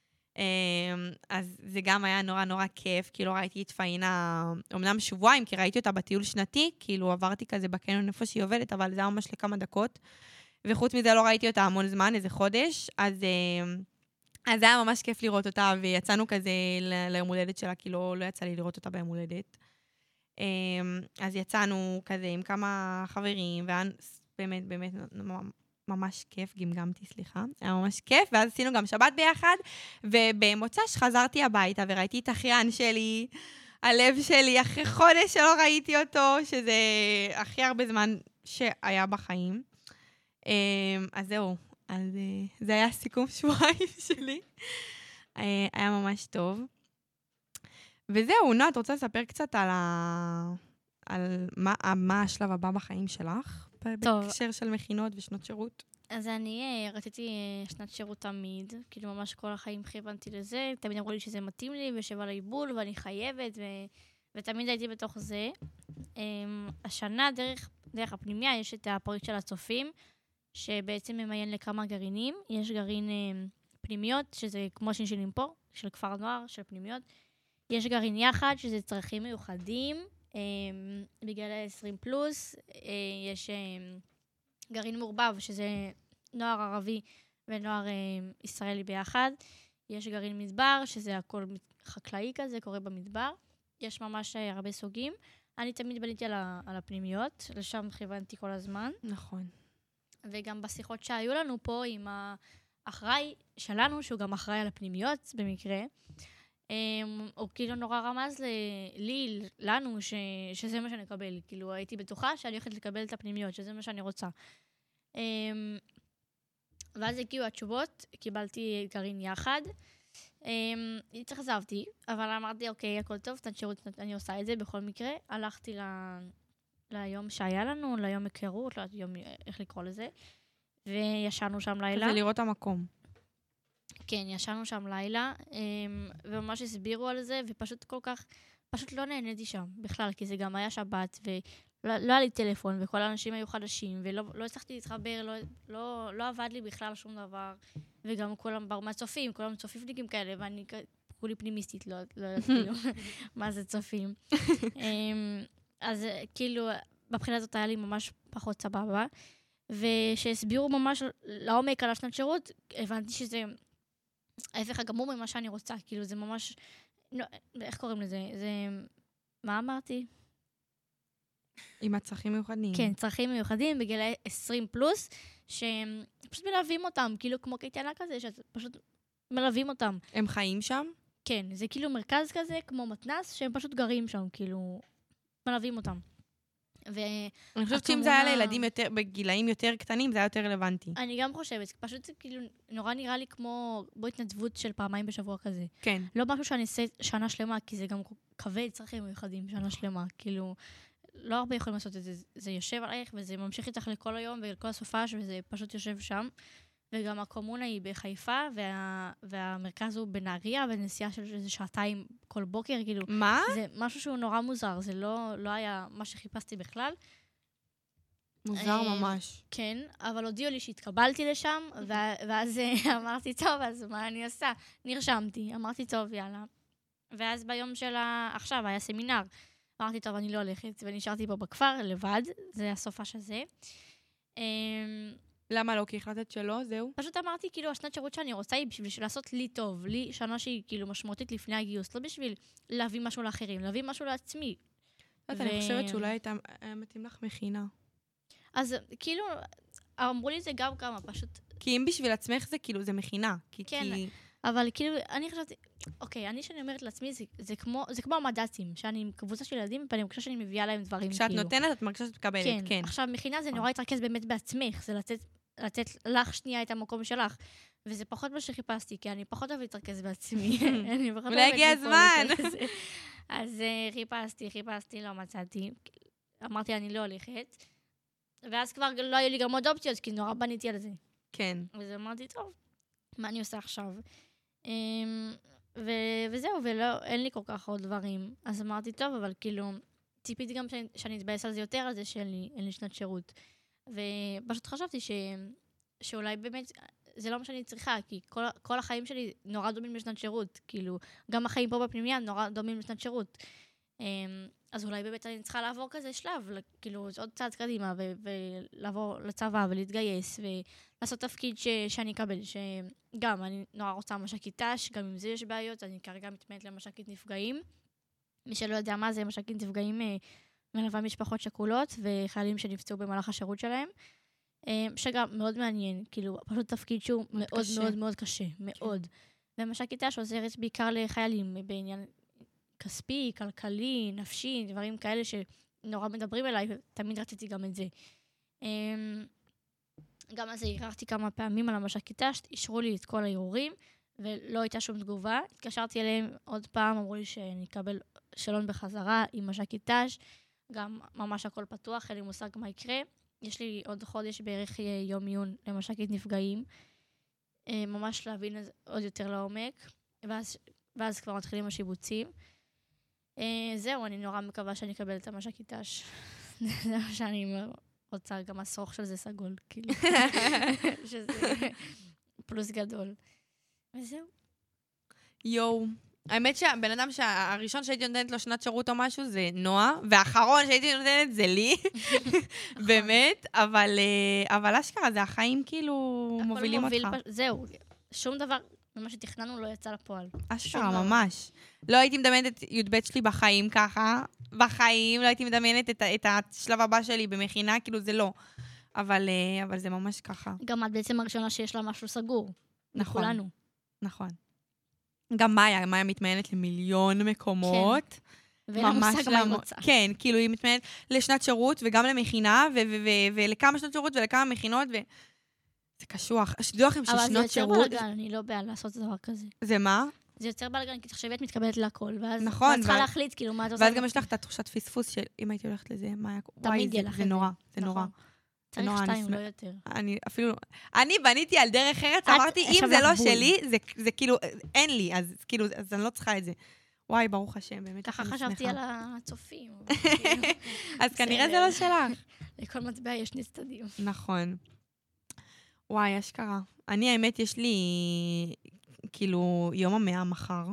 Speaker 2: אז זה גם היה נורא נורא כיף, כי לא ראיתי את פאינה, אמנם שבועיים, כי ראיתי אותה בטיול שנתי, כאילו עברתי כזה בקניון איפה שהיא עובדת, אבל זה היה ממש לכמה דקות. וחוץ מזה לא ראיתי אותה המון זמן, איזה חודש, אז... אז זה היה ממש כיף לראות אותה, ויצאנו כזה ליום הולדת שלה, כי לא, לא יצא לי לראות אותה ביום הולדת. אז יצאנו כזה עם כמה חברים, והיה באמת, באמת ממש כיף, גמגמתי, סליחה. היה ממש כיף, ואז עשינו גם שבת ביחד, ובמוצ"ש חזרתי הביתה, וראיתי את אחיין שלי, הלב שלי, אחרי חודש שלא ראיתי אותו, שזה הכי הרבה זמן שהיה בחיים. אז זהו. אז זה היה סיכום שבועיים שלי. היה ממש טוב. וזהו, נועה, את רוצה לספר קצת על, ה... על מה, מה השלב הבא בחיים שלך? טוב. בהקשר של מכינות ושנות שירות.
Speaker 3: אז אני רציתי שנת שירות תמיד, כאילו ממש כל החיים כיוונתי לזה, תמיד אמרו לי שזה מתאים לי ושבא לאיבול ואני חייבת, ו... ותמיד הייתי בתוך זה. השנה, דרך, דרך הפנימיה, יש את הפרויקט של הצופים, שבעצם ממיין לכמה גרעינים. יש גרעין אה, פנימיות, שזה כמו שנשאלים פה, של כפר נוער, של פנימיות. יש גרעין יחד, שזה צרכים מיוחדים, אה, בגלל ה-עשרים פלוס. אה, יש אה, גרעין מורבב, שזה נוער ערבי ונוער אה, ישראלי ביחד. יש גרעין מדבר, שזה הכל חקלאי כזה, קורה במדבר. יש ממש אה, הרבה סוגים. אני תמיד בניתי על, ה- על הפנימיות, לשם כיוונתי כל הזמן.
Speaker 2: נכון.
Speaker 3: וגם בשיחות שהיו לנו פה עם האחראי שלנו, שהוא גם אחראי על הפנימיות במקרה, הוא כאילו נורא רמז לי, לנו, ש, שזה מה שאני אקבל. כאילו, הייתי בטוחה שאני הולכת לקבל את הפנימיות, שזה מה שאני רוצה. ואז הגיעו התשובות, קיבלתי גרעין יחד. התאכזבתי, אבל אמרתי, אוקיי, הכל טוב, תן שירות, אני עושה את זה בכל מקרה. הלכתי ל... ליום שהיה לנו, ליום היכרות, לא יודעת יום, איך לקרוא לזה, וישנו שם לילה.
Speaker 2: כזה לראות המקום.
Speaker 3: כן, ישנו שם לילה, וממש הסבירו על זה, ופשוט כל כך, פשוט לא נהניתי שם בכלל, כי זה גם היה שבת, ולא לא היה לי טלפון, וכל האנשים היו חדשים, ולא לא הצלחתי להתחבר, לא, לא, לא עבד לי בכלל שום דבר, וגם כולם מהצופים, כולם צופיפניקים כאלה, ואני כולי פנימיסטית, לא, לא יודעת כאילו מה זה צופים. אז כאילו, בבחינה הזאת היה לי ממש פחות סבבה, ושהסבירו ממש לעומק על השנת שירות, הבנתי שזה ההפך הגמור ממה שאני רוצה, כאילו זה ממש, לא, איך קוראים לזה? זה, מה אמרתי?
Speaker 2: עם הצרכים מיוחדים.
Speaker 3: כן, צרכים מיוחדים בגיל עשרים פלוס, שפשוט מלווים אותם, כאילו כמו קייטנה כזה, שפשוט מלווים אותם.
Speaker 2: הם חיים שם?
Speaker 3: כן, זה כאילו מרכז כזה, כמו מתנס, שהם פשוט גרים שם, כאילו... מלווים אותם. ו...
Speaker 2: אני חושבת שאם זה היה לילדים יותר, בגילאים יותר קטנים, זה היה יותר רלוונטי.
Speaker 3: אני גם חושבת, פשוט כאילו נורא נראה לי כמו בו התנדבות של פעמיים בשבוע כזה.
Speaker 2: כן.
Speaker 3: לא משהו שאני אעשה שנה שלמה, כי זה גם כבד צרכים מיוחדים, שנה שלמה. כאילו, לא הרבה יכולים לעשות את זה, זה יושב עלייך, וזה ממשיך איתך לכל היום ולכל הסופש, וזה פשוט יושב שם. וגם הקומונה היא בחיפה, וה, והמרכז הוא בנהריה, ונסיעה של איזה שעתיים כל בוקר, כאילו.
Speaker 2: מה?
Speaker 3: זה משהו שהוא נורא מוזר, זה לא, לא היה מה שחיפשתי בכלל.
Speaker 2: מוזר ממש.
Speaker 3: כן, אבל הודיעו לי שהתקבלתי לשם, ואז אמרתי, טוב, אז מה אני עושה? נרשמתי, אמרתי, טוב, יאללה. ואז ביום של עכשיו היה סמינר. אמרתי, טוב, אני לא הולכת, ונשארתי פה בכפר לבד, זה הסופש הזה.
Speaker 2: למה לא? כי החלטת שלא, זהו?
Speaker 3: פשוט אמרתי, כאילו, השנת שירות שאני רוצה היא בשביל לעשות לי טוב, לי שנה שהיא כאילו משמעותית לפני הגיוס, לא בשביל להביא משהו לאחרים, להביא משהו לעצמי.
Speaker 2: אני חושבת שאולי הייתה מתאים לך מכינה.
Speaker 3: אז כאילו, אמרו לי זה גם כמה, פשוט...
Speaker 2: כי אם בשביל עצמך זה כאילו, זה מכינה.
Speaker 3: כן, אבל כאילו, אני חושבת, אוקיי, אני שאני אומרת לעצמי, זה כמו המד"צים, שאני עם קבוצה של ילדים, ואני חושבת שאני מביאה להם דברים כאילו.
Speaker 2: כשאת נותנת, את מרגישה שאת מקבלת, כן.
Speaker 3: עכשיו, מכינה זה נורא התרכז באמת בעצמך, זה לתת... לתת לך שנייה את המקום שלך. וזה פחות מה שחיפשתי, כי אני פחות אוהבת להתרכז בעצמי.
Speaker 2: אולי הגיע הזמן.
Speaker 3: אז חיפשתי, חיפשתי, לא מצאתי. אמרתי, אני לא הולכת. ואז כבר לא היו לי גם עוד אופציות, כי נורא בניתי על זה.
Speaker 2: כן.
Speaker 3: אז אמרתי, טוב, מה אני עושה עכשיו? וזהו, ואין לי כל כך עוד דברים. אז אמרתי, טוב, אבל כאילו, ציפיתי גם שאני אתבאס על זה יותר, על זה שאין לי שנת שירות. ופשוט חשבתי ש... שאולי באמת זה לא מה שאני צריכה, כי כל, כל החיים שלי נורא דומים לשנת שירות, כאילו, גם החיים פה בפנימיה נורא דומים לשנת שירות. אז אולי באמת אני צריכה לעבור כזה שלב, כאילו, עוד צעד קדימה, ו- ולעבור לצבא ולהתגייס, ולעשות תפקיד ש- שאני אקבל, שגם אני נורא רוצה מש"קית ת"ש, גם עם זה יש בעיות, אני כרגע מתמנת למש"קית נפגעים. מי שלא יודע מה זה, מש"קית נפגעים מלווה משפחות שכולות, וחיילים שנפצעו במהלך השירות שלהם, שגם מאוד מעניין, כאילו, פשוט תפקיד שהוא מאוד מאוד מאוד, מאוד קשה, מאוד. ומש"קית ת"ש עוזרת בעיקר לחיילים בעניין כספי, כלכלי, נפשי, דברים כאלה שנורא מדברים אליי, ותמיד רציתי גם את זה. גם אז ערערתי כמה פעמים על המש"קית ת"ש, אישרו לי את כל הערעורים, ולא הייתה שום תגובה. התקשרתי אליהם עוד פעם, אמרו לי שאני אקבל שלון בחזרה עם מש"קית ת"ש, גם ממש הכל פתוח, אין לי מושג מה יקרה. יש לי עוד חודש בערך יום עיון למש"קית נפגעים, ממש להבין עוד יותר לעומק, ואז, ואז כבר מתחילים השיבוצים. זהו, אני נורא מקווה שאני אקבל את המש"קית ת"ש. זה מה שאני רוצה, גם הסרוך של זה סגול, כאילו. שזה פלוס גדול. וזהו.
Speaker 2: יואו. האמת שהבן אדם שהראשון שהייתי נותנת לו שנת שירות או משהו זה נועה, והאחרון שהייתי נותנת זה לי, באמת, אבל, אבל אשכרה, זה החיים כאילו מובילים אותך.
Speaker 3: זהו, שום דבר ממה שתכננו לא יצא לפועל.
Speaker 2: אשכרה, ממש. לא הייתי מדמיינת את י"ב שלי בחיים ככה, בחיים, לא הייתי מדמיינת את, את השלב הבא שלי במכינה, כאילו זה לא. אבל, אבל זה ממש ככה.
Speaker 3: גם את בעצם הראשונה שיש לה משהו סגור.
Speaker 2: נכון.
Speaker 3: לכולנו.
Speaker 2: נכון. גם מאיה, מאיה מתמיינת למיליון מקומות.
Speaker 3: כן. ואין מושג מה היא רוצה.
Speaker 2: כן, כאילו היא מתמיינת לשנת שירות וגם למכינה, ולכמה שנות שירות ולכמה מכינות, וזה קשוח. שתדעו לכם ששנות שירות...
Speaker 3: אבל זה יוצר בלגן, אני לא בעיה לעשות דבר כזה.
Speaker 2: זה מה?
Speaker 3: זה יוצר בלגן, כי תחשבי, את מתקבלת להכל, ואז
Speaker 2: נכון,
Speaker 3: את צריכה להחליט, כאילו, מה את עושה.
Speaker 2: ואז גם יש לך את התחושת פספוס של אם הייתי הולכת לזה, מאיה...
Speaker 3: תמיד יהיה לך את זה.
Speaker 2: זה נורא, זה נורא.
Speaker 3: צריך שתיים, לא יותר.
Speaker 2: אני אפילו, אני בניתי על דרך אחרת, אמרתי, אם זה לא שלי, זה כאילו, אין לי, אז כאילו, אז אני לא צריכה את זה. וואי, ברוך השם, באמת.
Speaker 3: ככה חשבתי על הצופים.
Speaker 2: אז כנראה זה לא שלך.
Speaker 3: לכל מטבע יש שני צדדים.
Speaker 2: נכון. וואי, אשכרה. אני, האמת, יש לי, כאילו, יום המאה מחר,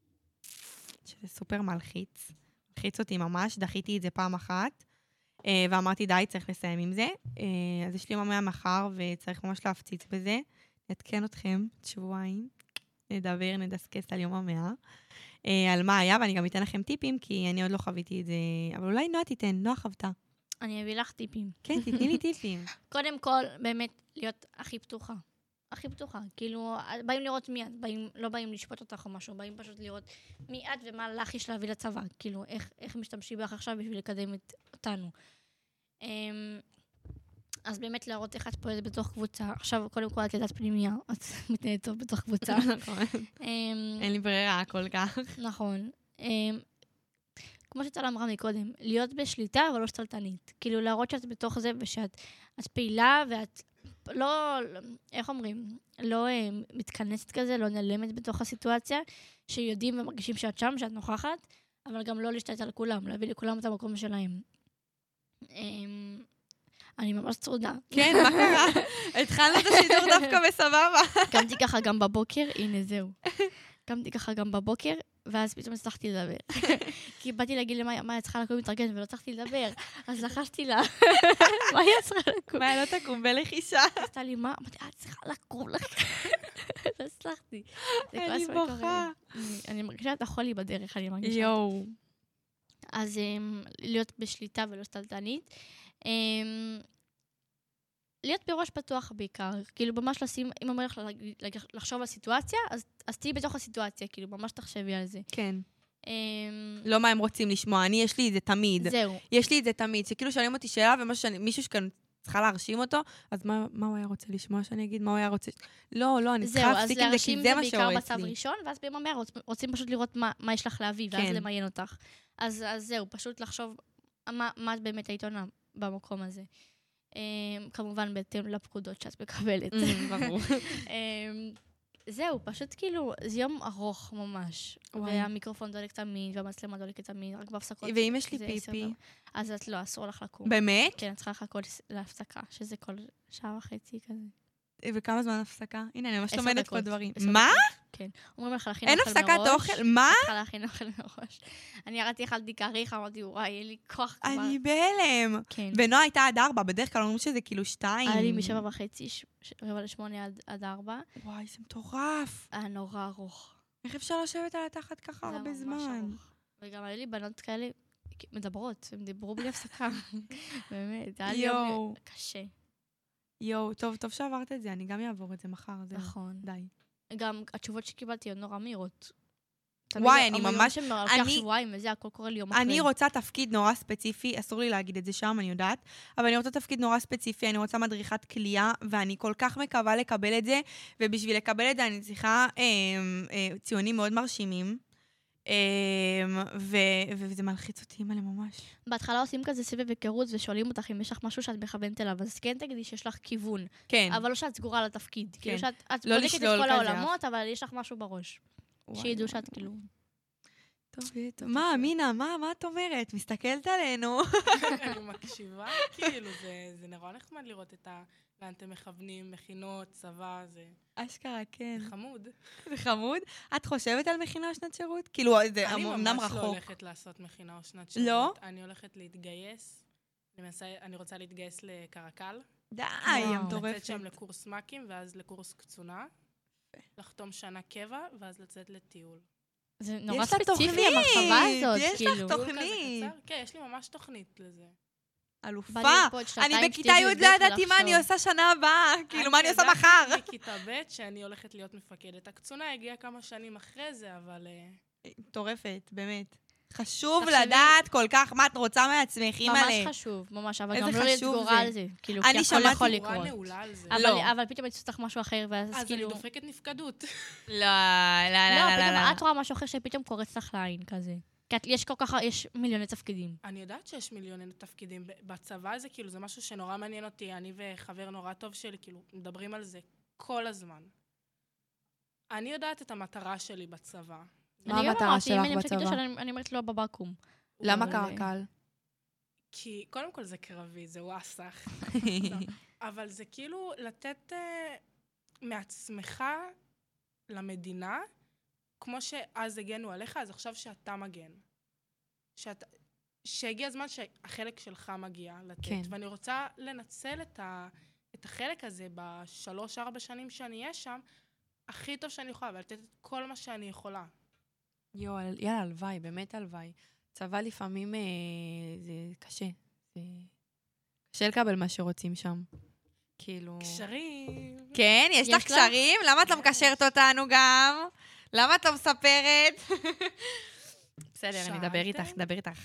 Speaker 2: שזה סופר מלחיץ. מלחיץ אותי ממש, דחיתי את זה פעם אחת. ואמרתי, די, צריך לסיים עם זה. אז יש לי יום המאה מחר, וצריך ממש להפציץ בזה. נתקן אתכם שבועיים, נדבר, נדסקס על יום המאה. על מה היה, ואני גם אתן לכם טיפים, כי אני עוד לא חוויתי את זה. אבל אולי נועה תיתן, נועה חוותה.
Speaker 3: אני אביא לך טיפים.
Speaker 2: כן, תתני לי טיפים.
Speaker 3: קודם כל, באמת, להיות הכי פתוחה. הכי פתוחה. כאילו, באים לראות מי את, באים, לא באים לשפוט אותך או משהו, באים פשוט לראות מי את ומה לך יש להביא לצבא. כאילו, איך, איך משתמשים בך עכשיו בשביל לקדם את אותנו. אז באמת להראות איך את פועלת בתוך קבוצה. עכשיו, קודם כל, את ידעת פנימיה, את מתנהלת טוב בתוך קבוצה.
Speaker 2: נכון. אין לי ברירה כל כך.
Speaker 3: נכון. כמו שצל אמרה מקודם, להיות בשליטה אבל לא שתלטנית. כאילו להראות שאת בתוך זה ושאת את פעילה ואת לא, איך אומרים, לא אה, מתכנסת כזה, לא נעלמת בתוך הסיטואציה, שיודעים ומרגישים שאת שם, שאת נוכחת, אבל גם לא להשתלט על כולם, להביא לכולם את המקום שלהם. אה, אני ממש צרודה.
Speaker 2: כן, מה קרה? התחלנו את השידור דווקא בסבבה.
Speaker 3: קמתי ככה גם בבוקר, הנה זהו. קמתי ככה גם בבוקר, ואז פתאום הצלחתי לדבר. כי באתי להגיד למה, מה, צריכה לקום מתארגן, ולא הצלחתי לדבר. אז לחשתי לה, מה היא צריכה לקום?
Speaker 2: מה, לא תקום בלחישה?
Speaker 3: עשתה לי, מה? אמרתי, את צריכה לקום לך. לא הצלחתי.
Speaker 2: אני בוכה.
Speaker 3: אני מרגישה את החולי בדרך, אני מרגישה.
Speaker 2: יואו.
Speaker 3: אז להיות בשליטה ולא סטלטנית. להיות בראש פתוח בעיקר, כאילו ממש לשים, אם אומר לך לחשוב על סיטואציה, אז, אז תהיי בתוך הסיטואציה, כאילו ממש תחשבי על זה.
Speaker 2: כן. לא מה הם רוצים לשמוע, אני יש לי את זה תמיד.
Speaker 3: זהו.
Speaker 2: יש לי את זה תמיד, שכאילו שואלים אותי שאלה, ומישהו שכאן צריכה להרשים אותו, אז מה, מה הוא היה רוצה לשמוע שאני אגיד? מה הוא היה רוצה... לא, לא, אני צריכה להפסיק עם זה, כי זה מה שהורס לי. זהו, אז להרשים זה בעיקר בצו ראשון, ואז במאמר רוצים פשוט לראות מה, מה יש לך להביא, ואז למיין אותך. אז, אז זהו, פשוט לחשוב מה, מה את באמת היית עונה במקום הזה. כמובן בהתאם לפקודות שאת מקבלת. ברור.
Speaker 3: זהו, פשוט כאילו, זה יום ארוך ממש. והמיקרופון דולק תמיד, והמצלמה דולקת תמיד, רק בהפסקות.
Speaker 2: ואם יש לי פיפי?
Speaker 3: אז את לא, אסור לך לקום.
Speaker 2: באמת?
Speaker 3: כן, את צריכה לחכות להפסקה, שזה כל שעה וחצי כזה.
Speaker 2: וכמה זמן הפסקה? הנה, אני ממש לומדת פה דברים. מה?
Speaker 3: כן. אומרים לך להכין אוכל מראש.
Speaker 2: אין הפסקת אוכל? מה?
Speaker 3: צריכה להכין אוכל מראש. אני ירדתי אכלתי כריך, אמרתי, וואי, יהיה לי כוח כבר.
Speaker 2: אני בהלם.
Speaker 3: כן.
Speaker 2: ונועה הייתה עד ארבע, בדרך כלל אומרים שזה כאילו שתיים.
Speaker 3: היה לי משבע וחצי, רבע לשמונה עד ארבע.
Speaker 2: וואי, זה מטורף.
Speaker 3: היה נורא ארוך.
Speaker 2: איך אפשר לשבת על התחת ככה הרבה זמן?
Speaker 3: וגם היו לי בנות כאלה מדברות, הם דיברו בלי הפסקה. באמת, היה לי יום קשה.
Speaker 2: יואו, טוב, טוב שעברת את זה, אני גם אעבור את זה מחר.
Speaker 3: נכון.
Speaker 2: די.
Speaker 3: גם התשובות שקיבלתי הן נורא מהירות.
Speaker 2: וואי, אני ממש...
Speaker 3: אני לוקח שבועיים וזה, הכל קורה לי יום אחרי.
Speaker 2: אני רוצה תפקיד נורא ספציפי, אסור לי להגיד את זה שם, אני יודעת, אבל אני רוצה תפקיד נורא ספציפי, אני רוצה מדריכת כלייה, ואני כל כך מקווה לקבל את זה, ובשביל לקבל את זה אני צריכה אה, אה, ציונים מאוד מרשימים, אה, ו, וזה מלחיץ אותי אימא ממש.
Speaker 3: בהתחלה עושים כזה סבב היכרות ושואלים אותך אם יש לך משהו שאת מכוונת אליו, אז כן תגידי שיש לך כיוון.
Speaker 2: כן.
Speaker 3: אבל לא שאת סגורה על התפקיד.
Speaker 2: כן.
Speaker 3: כאילו שאת את
Speaker 2: לא
Speaker 3: בודקת את כל העולמות, אבל יש לך משהו בראש. שידעו שאת כאילו...
Speaker 2: טוב, טוב. מה, מינה, מה, מה את אומרת? מסתכלת עלינו.
Speaker 4: אני מקשיבה, כאילו, זה נורא נחמד לראות את ה... לאן אתם מכוונים, מכינות, צבא, זה...
Speaker 2: אשכרה, כן.
Speaker 4: זה חמוד.
Speaker 2: זה חמוד? את חושבת על מכינה או שנת שירות? כאילו, זה אמנם רחוק.
Speaker 4: אני ממש לא הולכת לעשות מכינה או שנת שירות.
Speaker 2: לא?
Speaker 4: אני הולכת להתגייס. אני רוצה להתגייס לקרקל.
Speaker 2: די, המטורפת.
Speaker 4: לצאת שם לקורס מקים, ואז לקורס קצונה. לחתום שנה קבע, ואז לצאת לטיול.
Speaker 3: זה נורא ספציפי, המחשבה הזאת, כאילו.
Speaker 2: יש לך תוכנית.
Speaker 4: כן, יש לי ממש תוכנית לזה.
Speaker 2: אלופה. אני בכיתה י' לא ידעתי מה אני עושה שנה הבאה, כאילו מה אני עושה מחר.
Speaker 4: אני ידעתי בכיתה ב' שאני הולכת להיות מפקדת. הקצונה הגיעה כמה שנים אחרי זה, אבל...
Speaker 2: מטורפת, באמת. חשוב לדעת כל כך מה את רוצה מעצמך, אימא ל...
Speaker 3: ממש חשוב, ממש, אבל גם לא להתגורה על זה. כאילו, כי הכל יכול לקרות. אבל פתאום יצא לך משהו אחר, ואז כאילו...
Speaker 4: אז אני דופקת נפקדות.
Speaker 2: לא, לא, לא, לא.
Speaker 3: לא, פתאום את רואה משהו אחר שפתאום קורץ לך לעין כזה. כי יש כל כך, יש מיליוני תפקידים.
Speaker 4: אני יודעת שיש מיליוני תפקידים. בצבא זה כאילו, זה משהו שנורא מעניין אותי. אני וחבר נורא טוב שלי, כאילו, מדברים על זה כל הזמן. אני יודעת את המטרה שלי בצבא.
Speaker 2: מה המטרה שלך בצבא?
Speaker 3: אני אומרת לו בבקום.
Speaker 2: למה קרקל?
Speaker 4: כי קודם כל זה קרבי, זה וואסך. אבל זה כאילו לתת מעצמך למדינה, כמו שאז הגנו עליך, אז עכשיו שאתה מגן. שאת, שהגיע הזמן שהחלק שלך מגיע לתת. כן. ואני רוצה לנצל את, ה, את החלק הזה בשלוש, ארבע שנים שאני אהיה שם, הכי טוב שאני יכולה, ולתת את כל מה שאני יכולה.
Speaker 2: יו, יאללה, הלוואי, באמת הלוואי. צבא לפעמים אה, זה קשה. זה קשה לקבל מה שרוצים שם. כאילו...
Speaker 4: קשרים.
Speaker 2: כן, יש לך קשרים? למה את לא מקשרת אותנו גם? למה את לא מספרת? בסדר, אני אדבר איתך, אדבר איתך.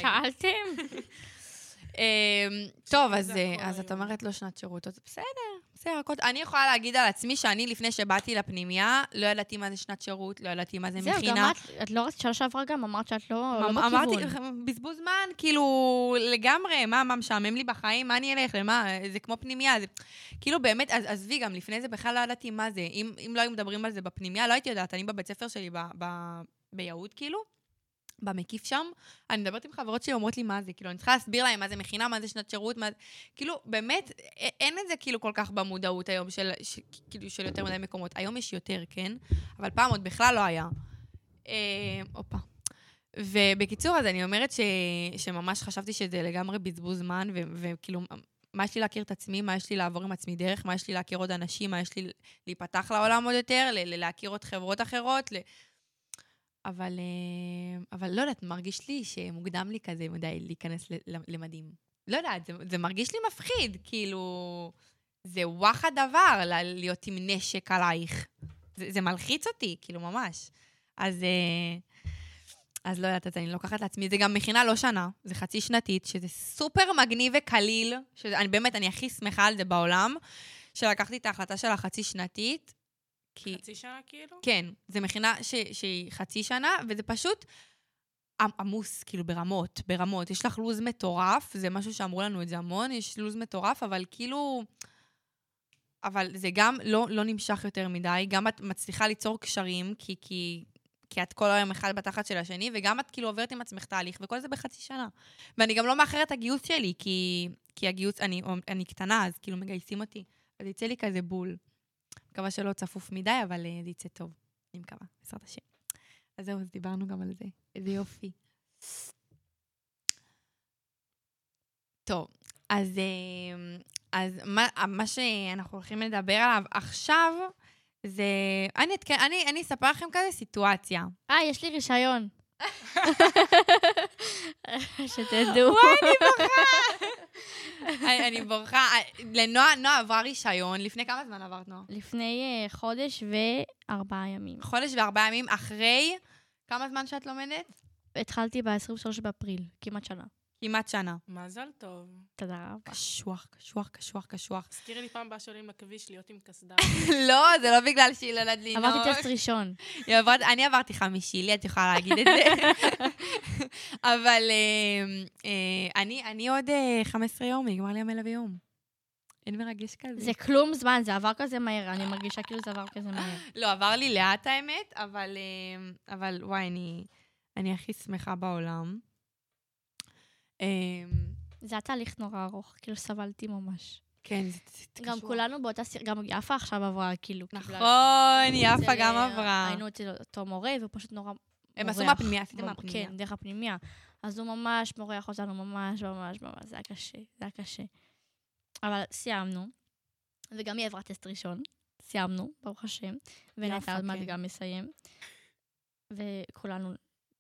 Speaker 3: שאלתם?
Speaker 2: טוב, אז את אומרת לא שנת שירות. בסדר, בסדר, הכל... אני יכולה להגיד על עצמי שאני, לפני שבאתי לפנימיה, לא ידעתי מה זה שנת שירות, לא ידעתי מה זה
Speaker 3: זהו,
Speaker 2: מכינה.
Speaker 3: גם את, את לא רצית שנה שעברה גם, אמרת שאת לא, לא
Speaker 2: אמרתי,
Speaker 3: בכיוון.
Speaker 2: בזבוז זמן, כאילו, לגמרי, מה, מה משעמם לי בחיים, מה אני אלך, למה, זה כמו פנימיה, זה... כאילו, באמת, אז עזבי, גם לפני זה בכלל לא ידעתי מה זה. אם, אם לא היו מדברים על זה בפנימיה, לא הייתי יודעת, אני בבית ספר שלי, ב, ב, ביהוד, כאילו, במקיף שם, אני מדברת עם חברות שלי, אומרות לי מה זה, כאילו, אני צריכה להסביר להם מה זה מכינה, מה זה שנת שירות, מה... כאילו, באמת, אין את זה כאילו כל כך במודעות היום של, ש, כאילו, של יותר מדי מקומות. היום יש יותר, כן? אבל פעם עוד בכלל לא היה. אה, אופה. ובקיצור, אז אני אומרת ש, שממש חשבתי שזה לגמרי בזבוז זמן, ו, וכאילו, מה יש לי להכיר את עצמי, מה יש לי לעבור עם עצמי דרך, מה יש לי להכיר עוד אנשים, מה יש לי להיפתח לעולם עוד יותר, ל, להכיר עוד חברות אחרות, ל... אבל, אבל לא יודעת, מרגיש לי שמוקדם לי כזה מדי להיכנס למדים. לא יודעת, זה, זה מרגיש לי מפחיד, כאילו, זה וואח הדבר להיות עם נשק עלייך. זה, זה מלחיץ אותי, כאילו, ממש. אז, אז לא יודעת, אז אני לוקחת לעצמי, זה גם מכינה לא שנה, זה חצי שנתית, שזה סופר מגניב וקליל, שאני באמת, אני הכי שמחה על זה בעולם, שלקחתי את ההחלטה של החצי שנתית, כי...
Speaker 4: חצי שנה כאילו?
Speaker 2: כן, זה מכינה ש... שהיא חצי שנה, וזה פשוט עמוס, כאילו, ברמות, ברמות. יש לך לוז מטורף, זה משהו שאמרו לנו את זה המון, יש לוז מטורף, אבל כאילו... אבל זה גם לא, לא נמשך יותר מדי, גם את מצליחה ליצור קשרים, כי, כי, כי את כל היום אחד בתחת של השני, וגם את כאילו עוברת עם עצמך תהליך, וכל זה בחצי שנה. ואני גם לא מאחרת את הגיוס שלי, כי, כי הגיוס, אני, אני קטנה, אז כאילו מגייסים אותי. אז יצא לי כזה בול. מקווה שלא צפוף מדי, אבל uh, זה יצא טוב. אני מקווה, בעזרת השם. אז זהו, אז דיברנו גם על זה. איזה יופי. טוב, אז, uh, אז מה, מה שאנחנו הולכים לדבר עליו עכשיו, זה... אני, אני, אני אספר לכם כזה סיטואציה.
Speaker 3: אה, יש לי רישיון. שתדעו.
Speaker 2: וואי, אני בוכה! אני, אני בורחה. לנועה, נועה עברה רישיון. לפני כמה זמן עברת, נועה?
Speaker 3: לפני uh, חודש וארבעה ימים.
Speaker 2: חודש וארבעה ימים אחרי כמה זמן שאת לומדת?
Speaker 3: התחלתי ב-עשרים ושלושה באפריל, כמעט שנה.
Speaker 2: כמעט שנה.
Speaker 4: מזל טוב.
Speaker 3: תודה רבה.
Speaker 2: קשוח, קשוח, קשוח, קשוח.
Speaker 4: הזכירי לי פעם באה שעולים לכביש להיות עם קסדה.
Speaker 2: לא, זה לא בגלל שהיא לא יודעת לנהוג.
Speaker 3: עברתי טסט ראשון.
Speaker 2: אני עברתי חמישי, לי את יכולה להגיד את זה. אבל אני עוד חמישה עשר יום, נגמר לי המלא ביום. אין מרגש כזה.
Speaker 3: זה כלום זמן, זה עבר כזה מהר, אני מרגישה כאילו זה עבר כזה מהר.
Speaker 2: לא, עבר לי לאט האמת, אבל וואי, אני הכי שמחה בעולם.
Speaker 3: זה היה תהליך נורא ארוך, כאילו סבלתי ממש.
Speaker 2: כן, זה קשור.
Speaker 3: גם כולנו באותה סיר, גם יפה עכשיו עברה, כאילו.
Speaker 2: נכון, יפה גם עברה.
Speaker 3: היינו אצל אותו מורה, והוא פשוט נורא מורח.
Speaker 2: הם עשו מהפנימיה, עשיתם מהפנימיה.
Speaker 3: כן, דרך הפנימיה. אז הוא ממש מורח אותנו, ממש, ממש, ממש, זה היה קשה, זה היה קשה. אבל סיימנו, וגם היא עברה טסט ראשון, סיימנו, ברוך השם, ונתה עוד מעט גם מסיים. וכולנו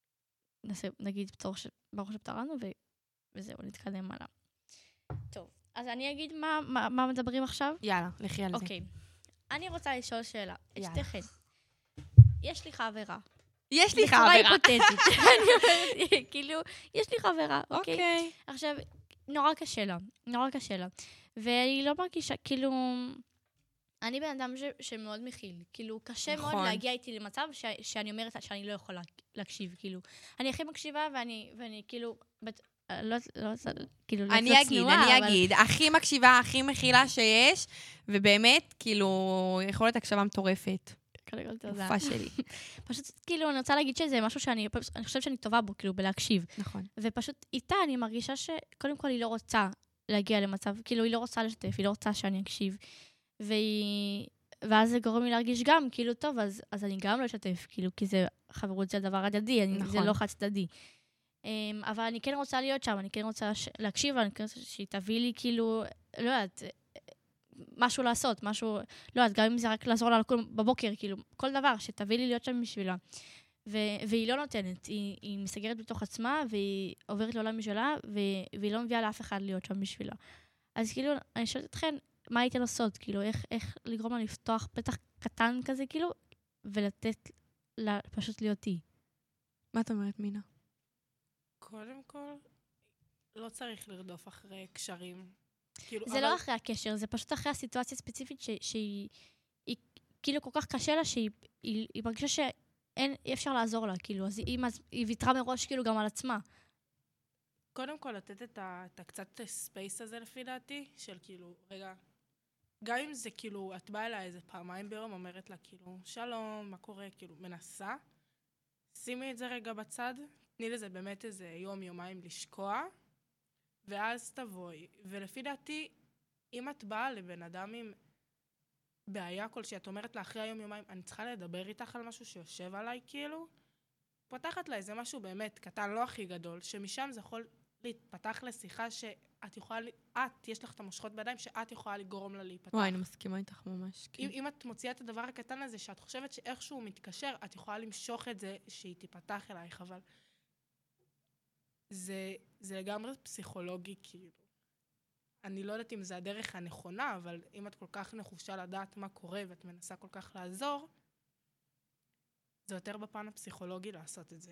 Speaker 3: נגיד ברוך שפטרנו, וזהו, נתקדם עליו. טוב, אז אני אגיד מה, מה, מה מדברים עכשיו?
Speaker 2: יאללה, לכי על זה.
Speaker 3: אוקיי. אני רוצה לשאול שאלה.
Speaker 2: יאללה.
Speaker 3: שתיכן. יש לי חברה.
Speaker 2: יש לי
Speaker 3: בצורה
Speaker 2: חברה.
Speaker 3: היפותטית. אני אומרת, כאילו, יש לי חברה, אוקיי?
Speaker 2: אוקיי.
Speaker 3: עכשיו, נורא קשה לה. נורא קשה לה. ואני לא מרגישה, כאילו... אני בן אדם ש, שמאוד מכיל. כאילו, קשה
Speaker 2: נכון.
Speaker 3: מאוד להגיע איתי למצב ש, שאני אומרת שאני לא יכולה להקשיב, כאילו. אני הכי מקשיבה ואני, ואני כאילו... בת, לא, לא, כאילו, לא
Speaker 2: אני אגיד,
Speaker 3: צנועה,
Speaker 2: אני אגיד. הכי מקשיבה, הכי מכילה שיש, ובאמת, כאילו, יכולת הקשבה מטורפת.
Speaker 3: קודם כל תודה.
Speaker 2: יפה שלי.
Speaker 3: פשוט, כאילו, אני רוצה להגיד שזה משהו שאני, אני חושבת שאני טובה בו, כאילו, בלהקשיב.
Speaker 2: נכון.
Speaker 3: ופשוט איתה אני מרגישה שקודם כל היא לא רוצה להגיע למצב, כאילו, היא לא רוצה לשתף, היא לא רוצה שאני אקשיב. והיא... ואז זה גורם לי להרגיש גם, כאילו, טוב, אז, אז אני גם לא אשתף, כאילו, כי זה חברות, זה הדבר הדדי, אני,
Speaker 2: נכון.
Speaker 3: זה לא חד צדדי. Um, אבל אני כן רוצה להיות שם, אני כן רוצה ש... להקשיב, אני כן רוצה שהיא תביא לי, כאילו, לא יודעת, משהו לעשות, משהו, לא יודעת, גם אם זה רק לעזור לה בבוקר, כאילו, כל דבר, שתביא לי להיות שם בשבילה. ו... והיא לא נותנת, היא, היא מסגרת בתוך עצמה, והיא עוברת לעולם משלה, ו... והיא לא מביאה לאף אחד להיות שם בשבילה. אז כאילו, אני שואלת אתכן, מה הייתן לעשות? כאילו, איך, איך לגרום לה לפתוח פתח קטן כזה, כאילו, ולתת לה פשוט להיות היא.
Speaker 2: מה את אומרת, מינה?
Speaker 4: קודם כל, לא צריך לרדוף אחרי קשרים. כאילו,
Speaker 3: זה לא אחרי הקשר, זה פשוט אחרי הסיטואציה הספציפית ש- שהיא היא, כאילו כל כך קשה לה, שהיא היא, היא מרגישה שאין, אי אפשר לעזור לה, כאילו, אז היא, מז- היא ויתרה מראש כאילו גם על עצמה.
Speaker 4: קודם כל, לתת את ה- את הקצת ספייס הזה לפי דעתי, של כאילו, רגע, גם אם זה כאילו, את באה אליי איזה פעמיים ביום, אומרת לה כאילו, שלום, מה קורה, כאילו, מנסה, שימי את זה רגע בצד, תני לזה באמת איזה יום, יומיים לשקוע, ואז תבואי. ולפי דעתי, אם את באה לבן אדם עם בעיה כלשהי, את אומרת לה אחרי היום, יומיים, אני צריכה לדבר איתך על משהו שיושב עליי, כאילו, פותחת לה איזה משהו באמת קטן, לא הכי גדול, שמשם זה יכול להתפתח לשיחה שאת יכולה, את, יש לך את המושכות בידיים, שאת יכולה לגרום לה להיפתח.
Speaker 2: וואי, אני מסכימה איתך ממש. כן.
Speaker 4: אם, אם את מוציאה את הדבר הקטן הזה, שאת חושבת שאיכשהו מתקשר, את יכולה למשוך את זה, שהיא תיפתח אלייך, אבל זה, זה לגמרי פסיכולוגי, כאילו. אני לא יודעת אם זה הדרך הנכונה, אבל אם את כל כך נחושה לדעת מה קורה, ואת מנסה כל כך לעזור, זה יותר בפן הפסיכולוגי לעשות את זה.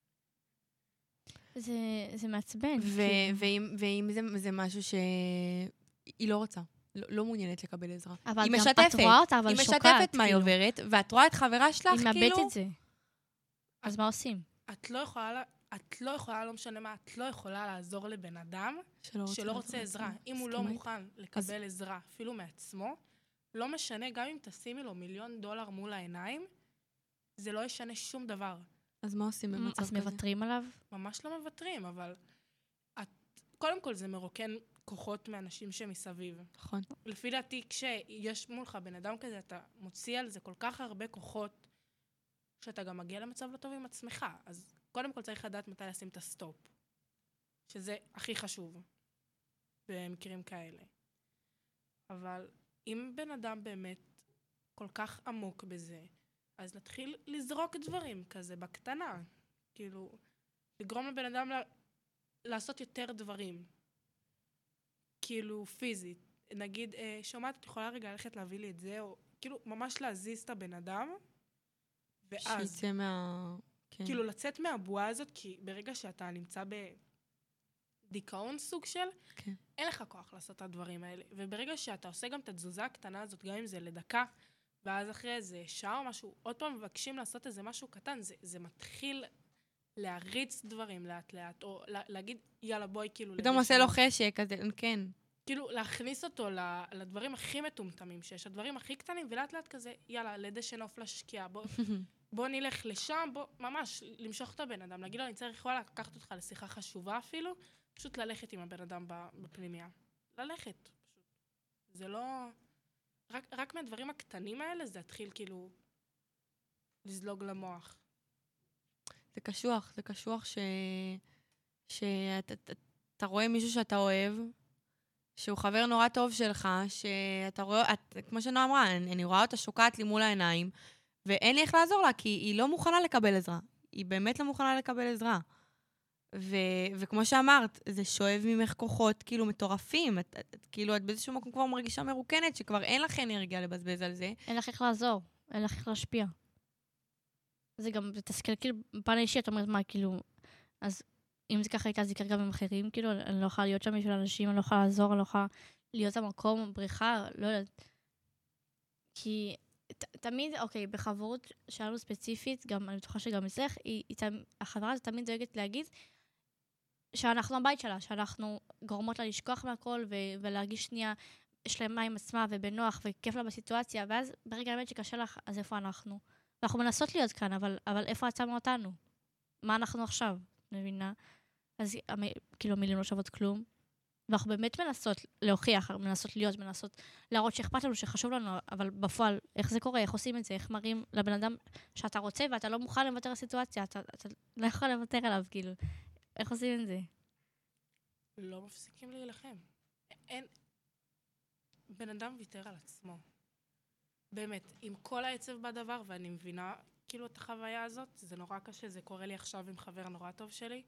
Speaker 3: זה, זה מעצבן.
Speaker 2: ו-
Speaker 3: כאילו.
Speaker 2: ואם, ואם זה, זה משהו שהיא לא רוצה, לא, לא מעוניינת לקבל עזרה.
Speaker 3: אבל
Speaker 2: היא
Speaker 3: גם
Speaker 2: משתפת,
Speaker 3: את רואה אותה, אבל
Speaker 2: היא
Speaker 3: שוקעת,
Speaker 2: משתפת מה היא
Speaker 3: כאילו.
Speaker 2: עוברת, ואת רואה את חברה שלך,
Speaker 3: היא
Speaker 2: כאילו...
Speaker 3: מאבדת את זה. אז מה עושים?
Speaker 4: את לא יכולה, את לא יכולה, לא משנה מה, את לא יכולה לעזור לבן אדם
Speaker 2: שלא רוצה,
Speaker 4: שלא רוצה עזרה. אם הוא לא
Speaker 2: מסכימה
Speaker 4: מוכן לקבל עזרה, אפילו מעצמו, לא משנה, גם אם תשימי לו מיליון דולר מול העיניים, זה לא ישנה שום דבר.
Speaker 2: אז מה עושים במצב
Speaker 3: אז
Speaker 2: כזה?
Speaker 3: מוותרים עליו?
Speaker 4: ממש לא מוותרים, אבל את, קודם כל זה מרוקן כוחות מאנשים שמסביב.
Speaker 2: נכון.
Speaker 4: לפי דעתי, כשיש מולך בן אדם כזה, אתה מוציא על זה כל כך הרבה כוחות, שאתה גם מגיע למצב לא טוב עם עצמך. אז קודם כל צריך לדעת מתי לשים את הסטופ. שזה הכי חשוב במקרים כאלה. אבל אם בן אדם באמת כל כך עמוק בזה, אז להתחיל לזרוק דברים כזה בקטנה. כאילו, לגרום לבן אדם לה, לעשות יותר דברים. כאילו, פיזית. נגיד, אה, שומעת, את יכולה רגע ללכת להביא לי את זה, או כאילו, ממש להזיז את הבן אדם, ואז...
Speaker 2: שיצא מה... כן.
Speaker 4: כאילו, לצאת מהבועה הזאת, כי ברגע שאתה נמצא בדיכאון סוג של,
Speaker 2: כן.
Speaker 4: אין לך כוח לעשות את הדברים האלה. וברגע שאתה עושה גם את התזוזה הקטנה הזאת, גם אם זה לדקה, ואז אחרי איזה שעה או משהו, עוד פעם מבקשים לעשות איזה משהו קטן, זה, זה מתחיל להריץ דברים לאט לאט, או לה, להגיד, יאללה, בואי, כאילו...
Speaker 2: פתאום עושה לו חשק, אז כן.
Speaker 4: כאילו, להכניס אותו לדברים הכי מטומטמים שיש, הדברים הכי קטנים, ולאט לאט כזה, יאללה, לדשא נוף לשקיעה, בוא... בוא נלך לשם, בוא ממש למשוך את הבן אדם, להגיד לו, אני צריך יכולה לקחת אותך לשיחה חשובה אפילו, פשוט ללכת עם הבן אדם בפנימיה. ללכת, פשוט. זה לא... רק, רק מהדברים הקטנים האלה זה התחיל כאילו לזלוג למוח.
Speaker 2: זה קשוח, זה קשוח ש... שאתה אתה, אתה רואה מישהו שאתה אוהב, שהוא חבר נורא טוב שלך, שאתה רואה, את, כמו שנועה אמרה, אני, אני רואה אותה שוקעת לי מול העיניים, ואין לי איך לעזור לה, כי היא לא מוכנה לקבל עזרה. היא באמת לא מוכנה לקבל עזרה. ו- וכמו שאמרת, זה שואב ממך כוחות כאילו מטורפים. את, את, את, כאילו, את באיזשהו מקום כבר מרגישה מרוקנת, שכבר אין לך אנרגיה לבזבז על זה.
Speaker 3: אין לך איך לעזור, אין לך איך להשפיע. זה גם תסכל, כאילו, בפן האישי, את אומרת מה, כאילו, אז אם זה ככה הייתה, זה יקרה גם עם אחרים, כאילו, אני לא יכולה להיות שם בשביל אנשים, אני לא יכולה לעזור, אני לא יכולה להיות המקום, בריחה, לא יודעת. כי... ת, תמיד, אוקיי, בחברות שלנו ספציפית, גם, אני בטוחה שגם אצלך, היא, היא, החברה הזאת תמיד דואגת להגיד שאנחנו הבית שלה, שאנחנו גורמות לה לשכוח מהכל ו, ולהרגיש שנייה שלמה עם עצמה ובנוח וכיף לה בסיטואציה, ואז ברגע האמת שקשה לך, אז איפה אנחנו? ואנחנו מנסות להיות כאן, אבל, אבל איפה עצמנו אותנו? מה אנחנו עכשיו? מבינה? אז כאילו המילים לא שוות כלום. ואנחנו באמת מנסות להוכיח, מנסות להיות, מנסות להראות שאכפת לנו, שחשוב לנו, אבל בפועל, איך זה קורה, איך עושים את זה, איך מראים לבן אדם שאתה רוצה, ואתה לא מוכן לוותר על הסיטואציה, אתה, אתה לא יכול לוותר עליו, כאילו. איך עושים את זה?
Speaker 4: לא מפסיקים להילחם. אין... בן אדם ויתר על עצמו. באמת, עם כל העצב בדבר, ואני מבינה כאילו את החוויה הזאת, זה נורא קשה, זה קורה לי עכשיו עם חבר נורא טוב שלי,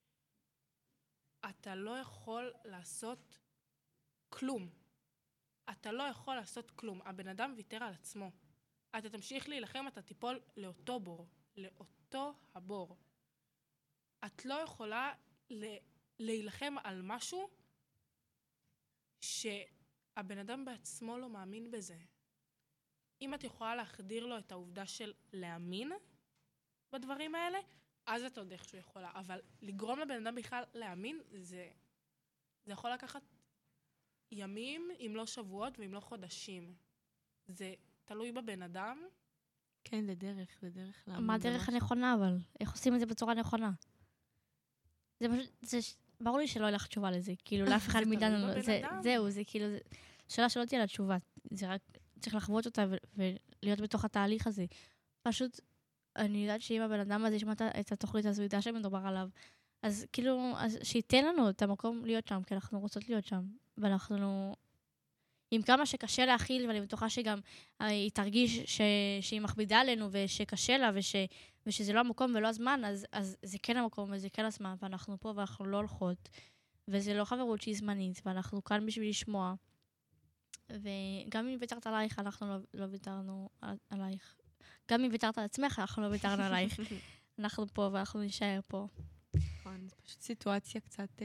Speaker 4: אתה לא יכול לעשות כלום. אתה לא יכול לעשות כלום. הבן אדם ויתר על עצמו. אתה תמשיך להילחם, אתה תיפול לאותו בור. לאותו הבור. את לא יכולה ל- להילחם על משהו שהבן אדם בעצמו לא מאמין בזה. אם את יכולה להחדיר לו את העובדה של להאמין בדברים האלה, אז את עוד איכשהו יכולה. אבל לגרום לבן אדם בכלל להאמין, זה, זה יכול לקחת ימים, אם לא שבועות ואם לא חודשים. זה תלוי בבן אדם.
Speaker 2: כן, זה דרך, זה דרך להאמין.
Speaker 3: מה הדרך הנכונה, אבל? איך עושים את זה בצורה נכונה? זה פשוט, זה, ש- ברור לי שלא ילך תשובה לזה. כאילו, לאף אחד
Speaker 4: זה
Speaker 3: מאיתנו,
Speaker 4: תלוי
Speaker 3: לא-
Speaker 4: בבן
Speaker 3: זה-
Speaker 4: אדם.
Speaker 3: זהו, זה כאילו, זה- שאלה שלא תהיה לה תשובה. זה רק, צריך לחוות אותה ו- ולהיות בתוך התהליך הזה. פשוט, אני יודעת שאם הבן אדם הזה שמע את- את התוכנית הזו, ידע שמדובר עליו, אז כאילו, אז שייתן לנו את המקום להיות שם, כי אנחנו רוצות להיות שם. ואנחנו, עם כמה שקשה להכיל, ואני בטוחה שגם אה, היא תרגיש ש, שהיא מכבידה עלינו, ושקשה לה, וש, ושזה לא המקום ולא הזמן, אז, אז זה כן המקום וזה כן הזמן, ואנחנו פה ואנחנו לא הולכות, וזה לא חברות שהיא זמנית, ואנחנו כאן בשביל לשמוע. וגם אם ויתרת עלייך, אנחנו לא, לא ויתרנו על, עלייך. גם אם ויתרת על עצמך, אנחנו לא ויתרנו עלייך. אנחנו פה ואנחנו נשאר פה.
Speaker 2: נכון, זו פשוט סיטואציה קצת אה,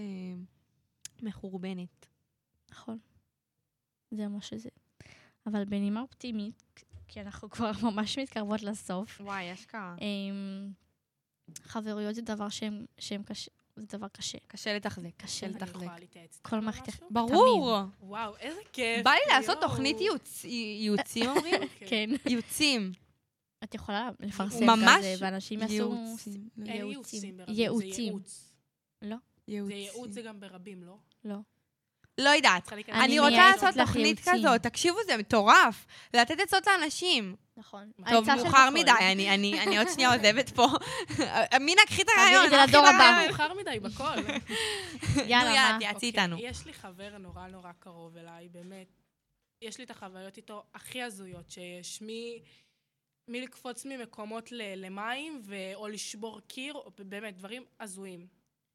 Speaker 2: מחורבנת.
Speaker 3: נכון. זה מה שזה. אבל בנימה אופטימית, כי אנחנו כבר ממש מתקרבות לסוף,
Speaker 2: וואי, אשכרה.
Speaker 3: אמ, חברויות זה דבר שהם, שהם קשה, זה דבר קשה.
Speaker 2: קשה לתחזק.
Speaker 3: קשה
Speaker 4: אני
Speaker 2: לתחזק.
Speaker 4: יכולה להתייעץ איתך
Speaker 3: כל
Speaker 4: על
Speaker 3: מערכת...
Speaker 4: משהו?
Speaker 2: ברור.
Speaker 4: וואו, איזה כיף.
Speaker 2: בא לי לעשות
Speaker 4: יואו.
Speaker 2: תוכנית ייעוץ- ייעוצים, אומרים?
Speaker 3: כן.
Speaker 2: ייעוצים.
Speaker 3: את יכולה לפרסם
Speaker 2: ממש
Speaker 3: כזה, ואנשים יעשו...
Speaker 2: ייעוצים.
Speaker 4: אין
Speaker 3: ייעוצים.
Speaker 4: ייעוצים ברבים,
Speaker 3: ייעוצים.
Speaker 4: זה ייעוץ.
Speaker 3: לא,
Speaker 4: זה ייעוץ זה גם ברבים, לא?
Speaker 3: לא.
Speaker 2: לא יודעת.
Speaker 4: צריכה להיכנס-
Speaker 3: אני
Speaker 2: אני רוצה
Speaker 3: מייעצת
Speaker 2: לעשות
Speaker 3: לך
Speaker 2: תוכנית
Speaker 3: ייעוצים.
Speaker 2: כזאת. תקשיבו, זה מטורף. לתת עצות לאנשים.
Speaker 3: נכון.
Speaker 2: טוב,
Speaker 3: העצה שלך
Speaker 2: מאוחר
Speaker 3: כל.
Speaker 2: מדי, אני- אני אני עוד שנייה עוזבת פה. מינה, קחי את
Speaker 3: תעבירי
Speaker 2: הרעיון.
Speaker 3: את זה
Speaker 2: קחי
Speaker 3: לדור
Speaker 2: את
Speaker 3: הבא.
Speaker 2: הרעיון.
Speaker 4: מאוחר מדי בכל.
Speaker 2: נו,
Speaker 3: יאללה,
Speaker 2: יאללה,
Speaker 3: מה?
Speaker 2: תיעצי
Speaker 4: אוקיי,
Speaker 2: איתנו.
Speaker 4: יש לי חבר נורא נורא קרוב אליי, באמת. יש לי את החוויות איתו הכי הזויות שיש. מי... מלקפוץ ממקומות ל- למים, ו... או לשבור קיר, או באמת, דברים הזויים.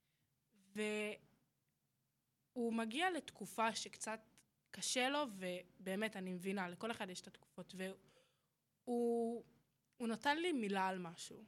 Speaker 4: והוא מגיע לתקופה שקצת קשה לו, ובאמת, אני מבינה, לכל אחד יש את התקופות, והוא הוא נתן לי מילה על משהו.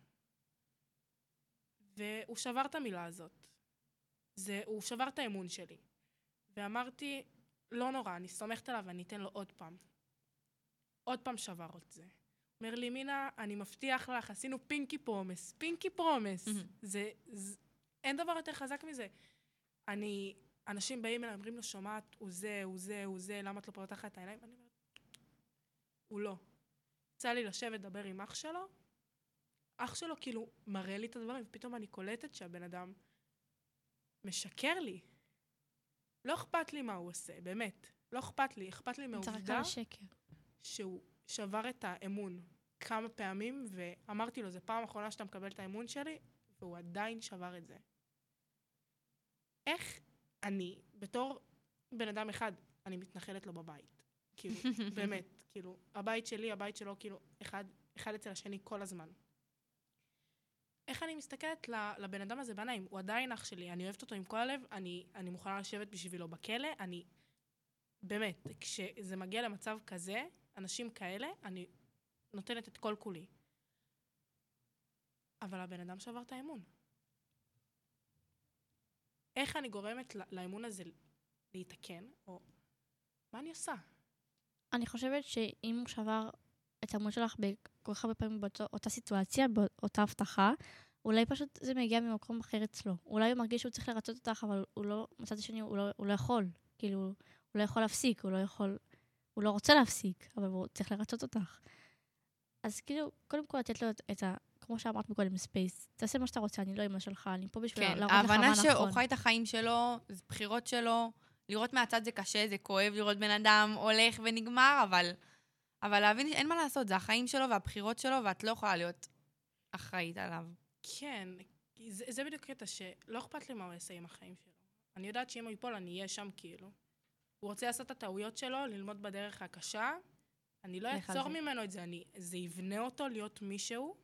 Speaker 4: והוא שבר את המילה הזאת. זה, הוא שבר את האמון שלי. ואמרתי, לא נורא, אני סומכת עליו ואני אתן לו עוד פעם. עוד פעם שבר את זה. אומר לי, מינה, אני מבטיח לך, עשינו פינקי פרומס, פינקי פרומס. זה, זה, אין דבר יותר חזק מזה. אני, אנשים באים אליי, אומרים לו, שומעת, הוא זה, הוא זה, הוא זה, למה את לא פותחת את העיניים? אני אומרת, הוא לא. יצא לי לשבת, לדבר עם אח שלו, אח שלו כאילו מראה לי את הדברים, ופתאום אני קולטת שהבן אדם משקר לי. לא אכפת לי מה הוא עושה, באמת. לא אכפת לי, אכפת לי
Speaker 3: זה רק
Speaker 4: מהעובדה
Speaker 3: על שקר.
Speaker 4: שהוא שבר את האמון כמה פעמים, ואמרתי לו, זה פעם אחרונה שאתה מקבל את האמון שלי, והוא עדיין שבר את זה. איך אני, בתור בן אדם אחד, אני מתנחלת לו בבית. כאילו, באמת, כאילו, הבית שלי, הבית שלו, כאילו, אחד, אחד אצל השני כל הזמן. איך אני מסתכלת לבן אדם הזה בעיניים? הוא עדיין אח שלי, אני אוהבת אותו עם כל הלב, אני, אני מוכנה לשבת בשבילו בכלא, אני, באמת, כשזה מגיע למצב כזה, אנשים כאלה, אני נותנת את כל כולי. אבל הבן אדם שבר את האמון. איך אני גורמת לאמון הזה להתקן, או מה אני עושה?
Speaker 3: אני חושבת שאם הוא שבר את האמון שלך בכל כך הרבה פעמים באותה סיטואציה, באותה הבטחה, אולי פשוט זה מגיע ממקום אחר אצלו. אולי הוא מרגיש שהוא צריך לרצות אותך, אבל הוא לא, מצד השני, הוא לא, הוא לא יכול. כאילו, הוא לא יכול להפסיק, הוא לא יכול, הוא לא רוצה להפסיק, אבל הוא צריך לרצות אותך. אז כאילו, קודם כל לתת לו את, את ה... כמו שאמרת מקודם, ספייס. תעשה מה שאתה רוצה, אני לא אמא שלך, אני פה בשביל
Speaker 2: כן,
Speaker 3: להראות לך מה
Speaker 2: ההבנה
Speaker 3: נכון.
Speaker 2: שהוא חי את החיים שלו, זה בחירות שלו, לראות מהצד זה קשה, זה כואב, לראות בן אדם הולך ונגמר, אבל, אבל להבין שאין מה לעשות, זה החיים שלו והבחירות שלו, ואת לא יכולה להיות אחראית עליו.
Speaker 4: כן, זה, זה בדיוק קטע שלא אכפת לי מה הוא יעשה עם החיים שלו. אני יודעת שאם הוא ייפול, אני אהיה שם כאילו. הוא רוצה לעשות את הטעויות שלו, ללמוד בדרך הקשה, אני לא
Speaker 2: לך על
Speaker 4: אעצור
Speaker 2: זה.
Speaker 4: ממנו את זה, אני, זה יבנה אותו להיות מישהו.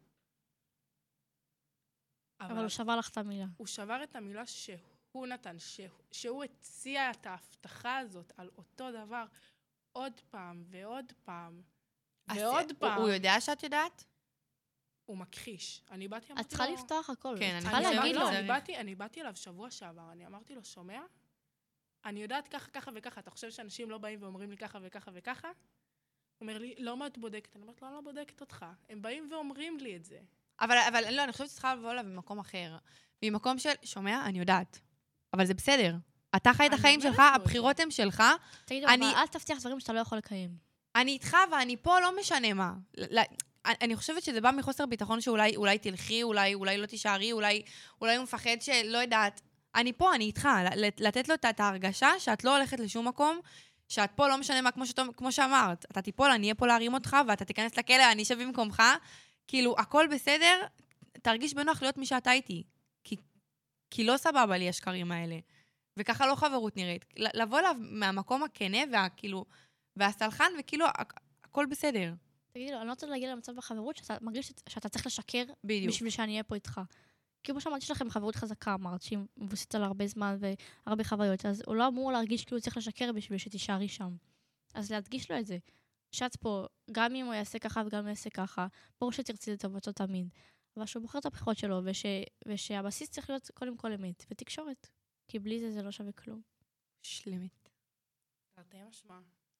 Speaker 3: אבל הוא שבר לך את המילה.
Speaker 4: הוא שבר את המילה שהוא נתן, שהוא, שהוא הציע את ההבטחה הזאת על אותו דבר עוד פעם ועוד פעם ועוד
Speaker 2: אז
Speaker 4: פעם.
Speaker 2: הוא, הוא יודע שאת יודעת?
Speaker 4: הוא מכחיש. אני באתי,
Speaker 3: את
Speaker 4: אמרתי
Speaker 3: צריכה
Speaker 4: לו...
Speaker 3: לפתוח הכל.
Speaker 2: כן,
Speaker 3: את
Speaker 2: אני
Speaker 3: צריכה
Speaker 2: חושבת
Speaker 3: להגיד
Speaker 4: לא,
Speaker 3: לו.
Speaker 2: שזה-
Speaker 4: אני באתי, אני באתי אליו שבוע שעבר, אני אמרתי לו, שומע? אני יודעת ככה, ככה וככה, אתה חושב שאנשים לא באים ואומרים לי ככה וככה וככה? הוא אומר לי, לא, מה את בודקת? אני אומרת, לא, אני לא בודקת אותך. הם באים ואומרים לי את זה.
Speaker 2: אבל, אבל לא, אני חושבת שצריכה לבוא לה במקום אחר. במקום של, שומע, אני יודעת. אבל זה בסדר. אתה חי את החיים שלך, הבחירות הן שלך.
Speaker 3: תגידו, אבל אל תבטיח דברים שאתה לא יכול לקיים.
Speaker 2: אני איתך, ואני פה לא משנה מה. אני חושבת שזה בא מחוסר ביטחון שאולי אולי תלכי, אולי, אולי לא תישארי, אולי, אולי הוא מפחד שלא יודעת. אני פה, אני איתך. לתת לו את ההרגשה שאת לא הולכת לשום מקום, שאת פה לא משנה מה, כמו, שאת, כמו שאמרת. אתה תיפול, אני אהיה פה להרים אותך, ואתה תיכנס לכלא, אני אשב במקומך. כאילו, הכל בסדר, תרגיש בנוח להיות מי שאתה איתי. כי, כי לא סבבה לי השקרים האלה. וככה לא חברות נראית. לבוא אליו מהמקום הכנה, והכאילו, והסלחן, וכאילו, הכל בסדר.
Speaker 3: תגידי לו, אני לא רוצה להגיע למצב בחברות שאתה מרגיש שאתה צריך לשקר
Speaker 2: בדיוק.
Speaker 3: בשביל שאני אהיה פה איתך. כי כמו שאמרת, יש לכם חברות חזקה, אמרת, שהיא מבוססת על הרבה זמן והרבה חוויות, אז הוא לא אמור להרגיש כאילו צריך לשקר בשביל שתישארי שם. אז להדגיש לו את זה. שאת פה, גם אם הוא יעשה ככה וגם אם הוא יעשה ככה, ברור שתרצי לטובתו תמיד. אבל שהוא בוחר את הבחירות שלו, וש, ושהבסיס צריך להיות קודם כל אמת, ותקשורת. כי בלי זה זה לא שווה כלום.
Speaker 2: שלמת.
Speaker 4: תרתי משמע.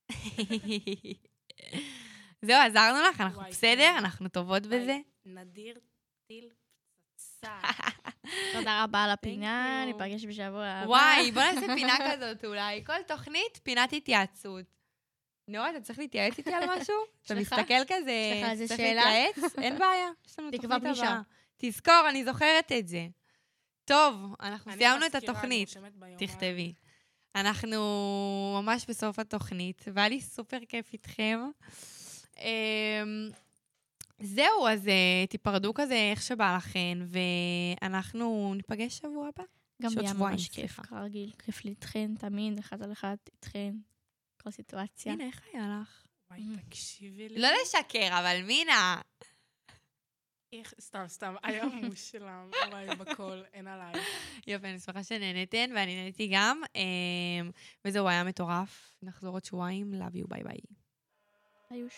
Speaker 2: זהו, עזרנו לך, אנחנו בסדר, אנחנו טובות בזה.
Speaker 4: נדיר טיל פצצה.
Speaker 3: תודה רבה על הפינה, ניפגש בשבוע הבא.
Speaker 2: וואי, בוא נעשה פינה כזאת אולי. כל תוכנית, פינת התייעצות. נורא, אתה צריך להתייעץ איתי על משהו? אתה מסתכל כזה,
Speaker 3: יש לך איזה
Speaker 2: צריך
Speaker 3: שאלה?
Speaker 2: להתייעץ? אין בעיה, יש לנו
Speaker 3: תקווה
Speaker 2: תוכנית
Speaker 3: פגישה.
Speaker 2: הבאה. תזכור, אני זוכרת את זה. טוב, אנחנו
Speaker 4: אני
Speaker 2: סיימנו את
Speaker 4: מזכירה, אני
Speaker 2: התוכנית.
Speaker 4: רושמת ביומן.
Speaker 2: תכתבי. אנחנו ממש בסוף התוכנית, והיה לי סופר כיף איתכם. אמ, זהו, אז אה, תיפרדו כזה איך שבא לכן, ואנחנו ניפגש שבוע הבא.
Speaker 3: גם
Speaker 2: שעוד
Speaker 3: היה
Speaker 2: שבועיים,
Speaker 3: ממש כיף,
Speaker 2: סליחה.
Speaker 3: כרגיל. כיף לי איתכן, תמיד, אחד על אחד איתכן. כל סיטואציה.
Speaker 2: הנה, איך היה לך?
Speaker 4: וואי, תקשיבי לי.
Speaker 2: לא לשקר, אבל מינה.
Speaker 4: איך, סתם, סתם, היה מושלם, וואי, בכל, אין עליי.
Speaker 2: יופי, אני שמחה שנהנתן, ואני נהניתי גם. אמ, וזהו, היה מטורף. נחזור עוד שבועיים, love you, ביי ביי.
Speaker 3: היוש.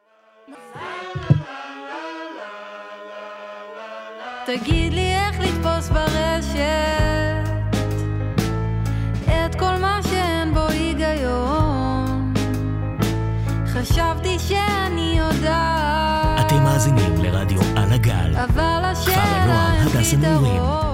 Speaker 5: תגיד לי איך לתפוס ברשת את כל מה שאין בו היגיון. חשבתי שאני יודעת,
Speaker 1: אתם מאזינים לרדיו על הגל.
Speaker 5: אבל
Speaker 1: כפר הנוער
Speaker 5: השאלה אין
Speaker 1: הדס הנעורים.
Speaker 5: פתרון.